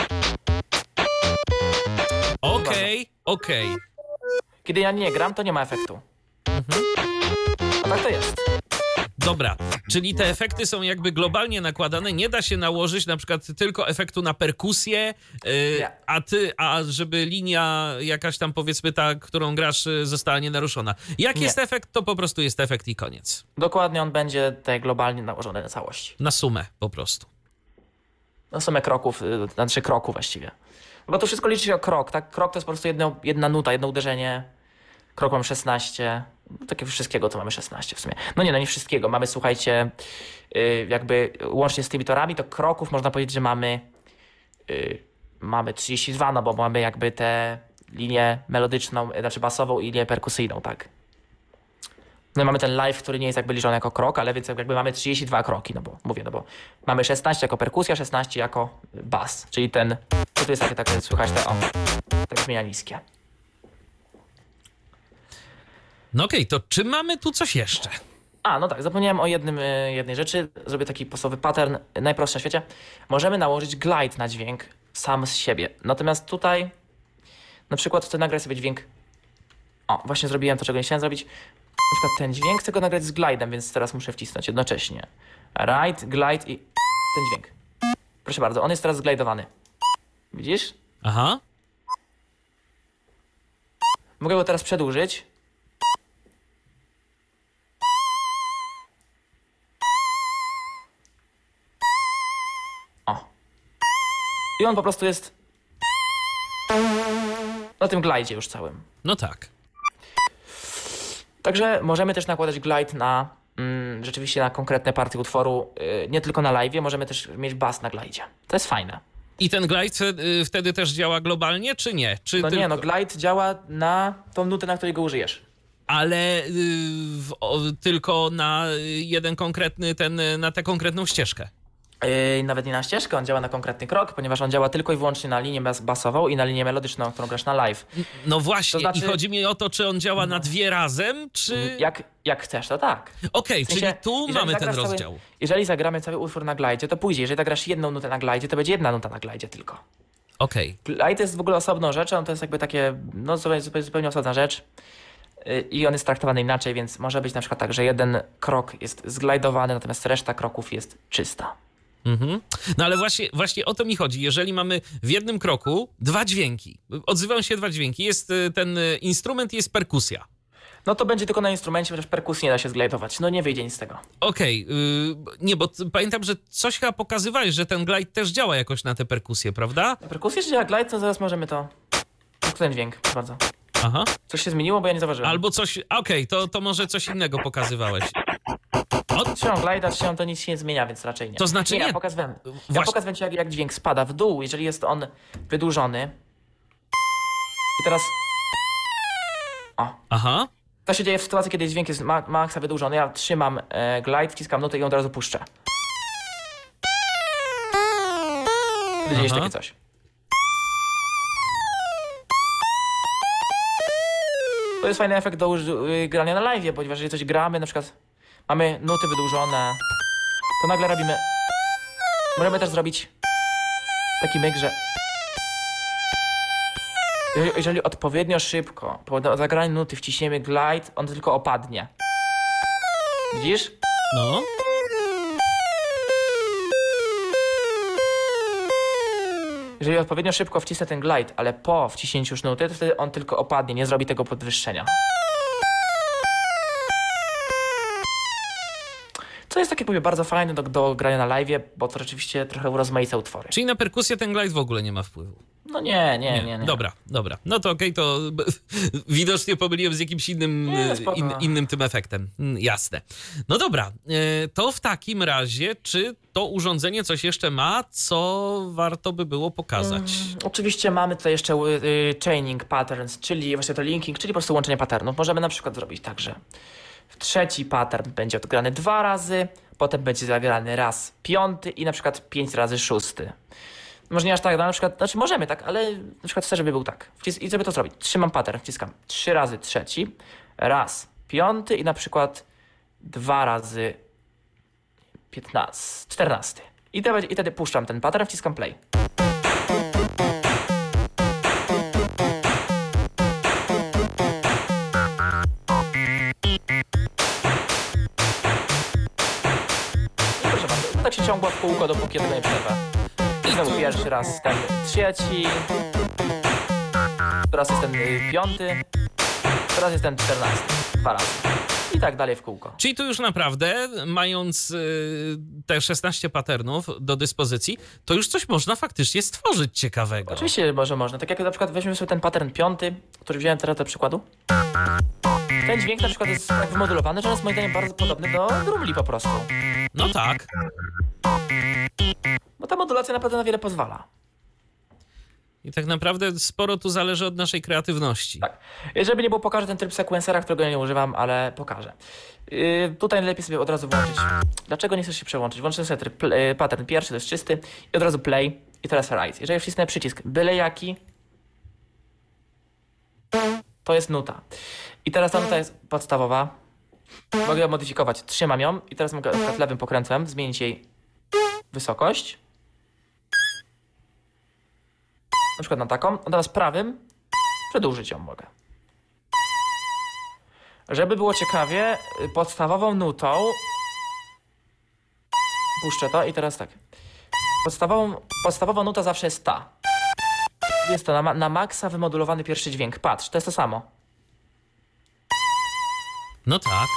Okej. Kiedy ja nie gram, to nie ma efektu. A tak to jest. Dobra, czyli te efekty są jakby globalnie nakładane, nie da się nałożyć na przykład tylko efektu na perkusję, a żeby linia jakaś tam powiedzmy ta, którą grasz, została nienaruszona. Jak jest efekt, to po prostu jest efekt i koniec. Dokładnie, on będzie tutaj globalnie nałożony na całość. Na sumę po prostu. Na sumę kroków, na 3 kroku właściwie. Bo to wszystko liczy się o krok, tak? Krok to jest po prostu jedna nuta, jedno uderzenie. Krok mam 16. Takiego wszystkiego to mamy 16 w sumie. No nie wszystkiego. Mamy, słuchajcie, jakby łącznie z tymi torami, to kroków można powiedzieć, że mamy 32, no bo mamy jakby tę linię melodyczną, znaczy basową i linię perkusyjną, tak. No i mamy ten live, który nie jest jakby liczony jako krok, ale więc jakby mamy 32 kroki, no bo mamy 16 jako perkusja, 16 jako bas, czyli to jest takie słychać te brzmienia niskie. No okej, to czy mamy tu coś jeszcze? No tak, zapomniałem o jednej rzeczy. Zrobię taki podstawowy pattern, najprostszy na świecie. Możemy nałożyć glide na dźwięk sam z siebie. Natomiast tutaj na przykład chcę nagrać sobie dźwięk. Właśnie zrobiłem to, czego nie chciałem zrobić. Na przykład ten dźwięk chcę go nagrać z glidem, więc teraz muszę wcisnąć jednocześnie. Right, glide i ten dźwięk. Proszę bardzo, on jest teraz zglidowany. Widzisz? Aha. Mogę go teraz przedłużyć. I on po prostu jest na tym glajdzie już całym. No tak. Także możemy też nakładać glide na rzeczywiście na konkretne partie utworu, nie tylko na live'ie, możemy też mieć bas na glajdzie. To jest fajne. I ten glide wtedy też działa globalnie, czy nie? Czy glide działa na tą nutę, na której go użyjesz. Ale tylko na jeden konkretny, na tę konkretną ścieżkę. Nawet nie na ścieżkę, on działa na konkretny krok, ponieważ on działa tylko i wyłącznie na linię basową i na linię melodyczną, którą grasz na live. No właśnie, to znaczy, i chodzi mi o to, czy on działa na dwie razem, czy... Jak chcesz, to tak. Okej, w sensie, czyli tu mamy ten rozdział. Jeżeli zagramy cały utwór na glajdzie, to później, jeżeli zagrasz jedną nutę na glajdzie, to będzie jedna nuta na glajdzie tylko. Okej. Glide jest w ogóle osobną rzeczą, to jest jakby takie, zupełnie osobna rzecz. I on jest traktowany inaczej, więc może być na przykład tak, że jeden krok jest zglajdowany, natomiast reszta kroków jest czysta. No ale właśnie o to mi chodzi. Jeżeli mamy w jednym kroku dwa dźwięki, odzywają się dwa dźwięki, jest ten instrument i jest perkusja. No to będzie tylko na instrumencie, chociaż perkusji nie da się zglajdować. No nie wyjdzie nic z tego. Okej. Nie, bo pamiętam, że coś chyba pokazywałeś, że ten glide też działa jakoś na tę perkusję, prawda? Perkusja czy działa glide, to zaraz możemy to... Ten dźwięk, proszę bardzo. Aha. Coś się zmieniło, bo ja nie zauważyłem. Albo coś... Okej, to może coś innego pokazywałeś. Trzymam glajda, trzymam, to nic się nie zmienia, więc raczej nie. To znaczy nie. Ja pokazywałem ci, jak dźwięk spada w dół, jeżeli jest on wydłużony. I teraz... Aha. To się dzieje w sytuacji, kiedy dźwięk jest maksa wydłużony. Ja trzymam glide, wciskam nutę i ją od razu puszczę. Dzieje się takie coś. To jest fajny efekt do grania na live, ponieważ jeżeli coś gramy, na przykład mamy nuty wydłużone, to nagle robimy... Możemy też zrobić taki myk, że jeżeli odpowiednio szybko po zagraniu nuty wciśniemy glide, on tylko opadnie. Widzisz? No. Jeżeli odpowiednio szybko wcisnę ten glide, ale po wciśnięciu już nuty, to wtedy on tylko opadnie, nie zrobi tego podwyższenia. Co jest, tak jak mówię, bardzo fajne do grania na live'ie, bo to rzeczywiście trochę urozmaica utwory. Czyli na perkusję ten glide w ogóle nie ma wpływu? No nie. Dobra. No to okej, to widocznie pomyliłem z jakimś innym tym efektem. Jasne. No dobra, to w takim razie, czy to urządzenie coś jeszcze ma, co warto by było pokazać? Oczywiście mamy tutaj jeszcze chaining patterns, czyli właśnie to linking, czyli po prostu łączenie patternów. Możemy na przykład zrobić tak, że trzeci pattern będzie odgrany 2 razy, potem będzie zagrany raz 5 i na przykład 5 razy 6. Może nie aż tak, na przykład, znaczy możemy tak, ale na przykład chcę, żeby był tak. I żeby to zrobić, trzymam pattern, wciskam 3 razy trzeci, raz 5 i na przykład 2 razy 14. I wtedy puszczam ten pattern, wciskam play. I proszę bardzo, tak się ciągło w kółko, dopóki tego nie przerwę. I znowu pierwszy raz ten trzeci, teraz jest ten 5, teraz jest ten 14, 2 razy. I tak dalej w kółko. Czyli tu już naprawdę, mając te 16 patternów do dyspozycji, to już coś można faktycznie stworzyć ciekawego. Oczywiście, można. Tak jak na przykład weźmiemy sobie ten pattern 5, który wziąłem teraz do przykładu. Ten dźwięk na przykład jest tak wymodulowany, że on jest moim zdaniem bardzo podobny do drumli po prostu. No tak. Bo ta modulacja naprawdę na wiele pozwala. I tak naprawdę sporo tu zależy od naszej kreatywności. Tak. Żeby nie było, pokażę ten tryb sequencera, którego ja nie używam, ale pokażę. Tutaj najlepiej sobie od razu włączyć. Dlaczego nie chcesz się przełączyć? Włączę sobie tryb pattern pierwszy, to jest czysty i od razu play i teraz write. Jeżeli wcisnę przycisk byle jaki, to jest nuta. I teraz ta nuta jest podstawowa. Mogę ją modyfikować. Trzymam ją i teraz mogę lewym pokrętłem zmienić jej wysokość. Na przykład na taką. Natomiast prawym przedłużyć ją mogę. Żeby było ciekawie, podstawową nutą puszczę to i teraz tak. Podstawowa nuta zawsze jest ta. Jest to na maksa wymodulowany pierwszy dźwięk. Patrz, to jest to samo. No tak.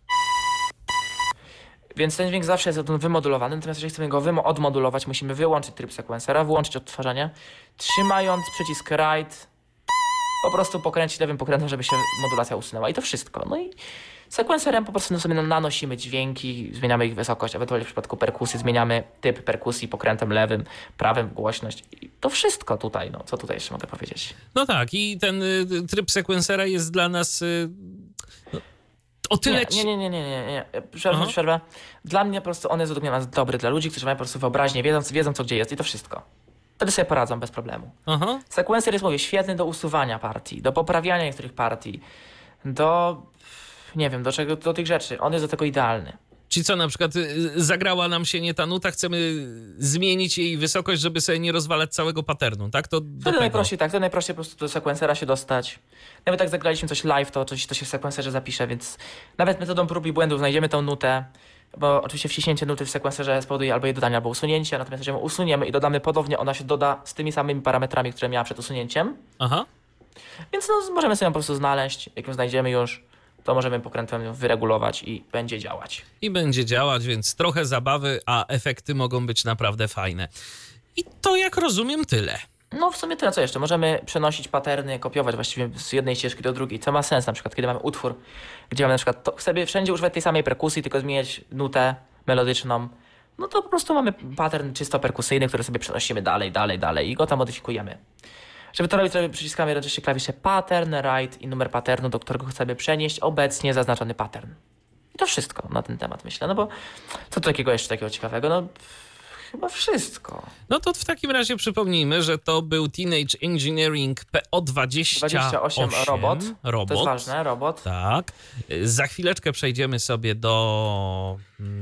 Więc ten dźwięk zawsze jest wymodulowany, natomiast jeżeli chcemy go odmodulować, musimy wyłączyć tryb sequencera, włączyć odtwarzanie, trzymając przycisk write, po prostu pokręcić lewym pokrętłem, żeby się modulacja usunęła i to wszystko. No i sequencerem po prostu sobie nanosimy dźwięki, zmieniamy ich wysokość, ewentualnie w przypadku perkusji zmieniamy typ perkusji pokrętem lewym, prawym głośność i to wszystko tutaj, no co tutaj jeszcze mogę powiedzieć? No tak i ten tryb sequencera jest dla nas... O tyle... Nie. Przerwę. Dla mnie po prostu on jest według mnie dobry dla ludzi, którzy mają po prostu wyobraźnię, wiedzą co gdzie jest i to wszystko. Wtedy sobie poradzą bez problemu. Aha. Sequencer jest, mówię, świetny do usuwania partii, do poprawiania niektórych partii, nie wiem, do tych rzeczy. On jest do tego idealny. Czyli co, na przykład zagrała nam się nie ta nuta, chcemy zmienić jej wysokość, żeby sobie nie rozwalać całego patternu, tak? To Wtedy najprościej po prostu do sequencera się dostać. Nawet jak zagraliśmy coś live, to oczywiście to się w sequencerze zapisze, więc nawet metodą prób i błędów znajdziemy tą nutę, bo oczywiście wciśnięcie nuty w sequencerze spowoduje albo jej dodanie, albo usunięcie, natomiast jeżeli ją usuniemy i dodamy ponownie, ona się doda z tymi samymi parametrami, które miała przed usunięciem. Aha. Więc możemy sobie ją po prostu znaleźć, jak ją znajdziemy już, to możemy pokrętłem ją wyregulować i będzie działać. I będzie działać, więc trochę zabawy, a efekty mogą być naprawdę fajne. I to, jak rozumiem, tyle. No w sumie tyle, co jeszcze. Możemy przenosić patterny, kopiować właściwie z jednej ścieżki do drugiej, co ma sens, na przykład kiedy mamy utwór, gdzie mamy na przykład, chcemy wszędzie używać tej samej perkusji, tylko zmieniać nutę melodyczną, no to po prostu mamy pattern czysto perkusyjny, który sobie przenosimy dalej i go tam modyfikujemy. Żeby to robić, sobie przyciskamy jednocześnie klawisze pattern, write i numer patternu, do którego chcemy przenieść obecnie zaznaczony pattern. I to wszystko na ten temat, myślę. No bo co takiego jeszcze takiego ciekawego? No chyba wszystko. No to w takim razie przypomnijmy, że to był Teenage Engineering PO28 robot. To jest ważne, robot. Tak. Za chwileczkę przejdziemy sobie do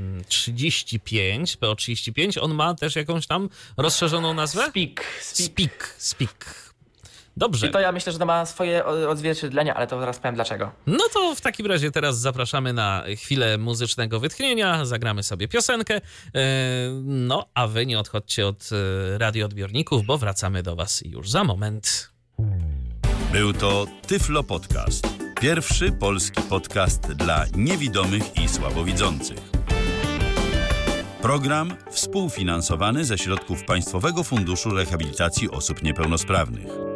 35, PO35. On ma też jakąś tam rozszerzoną nazwę? Speak. Dobrze. I to ja myślę, że to ma swoje odzwierciedlenie, ale to zaraz powiem dlaczego. No to w takim razie teraz zapraszamy na chwilę muzycznego wytchnienia, zagramy sobie piosenkę, no a wy nie odchodźcie od radioodbiorników, bo wracamy do was już za moment. Był to Tyflo Podcast. Pierwszy polski podcast dla niewidomych i słabowidzących. Program współfinansowany ze środków Państwowego Funduszu Rehabilitacji Osób Niepełnosprawnych.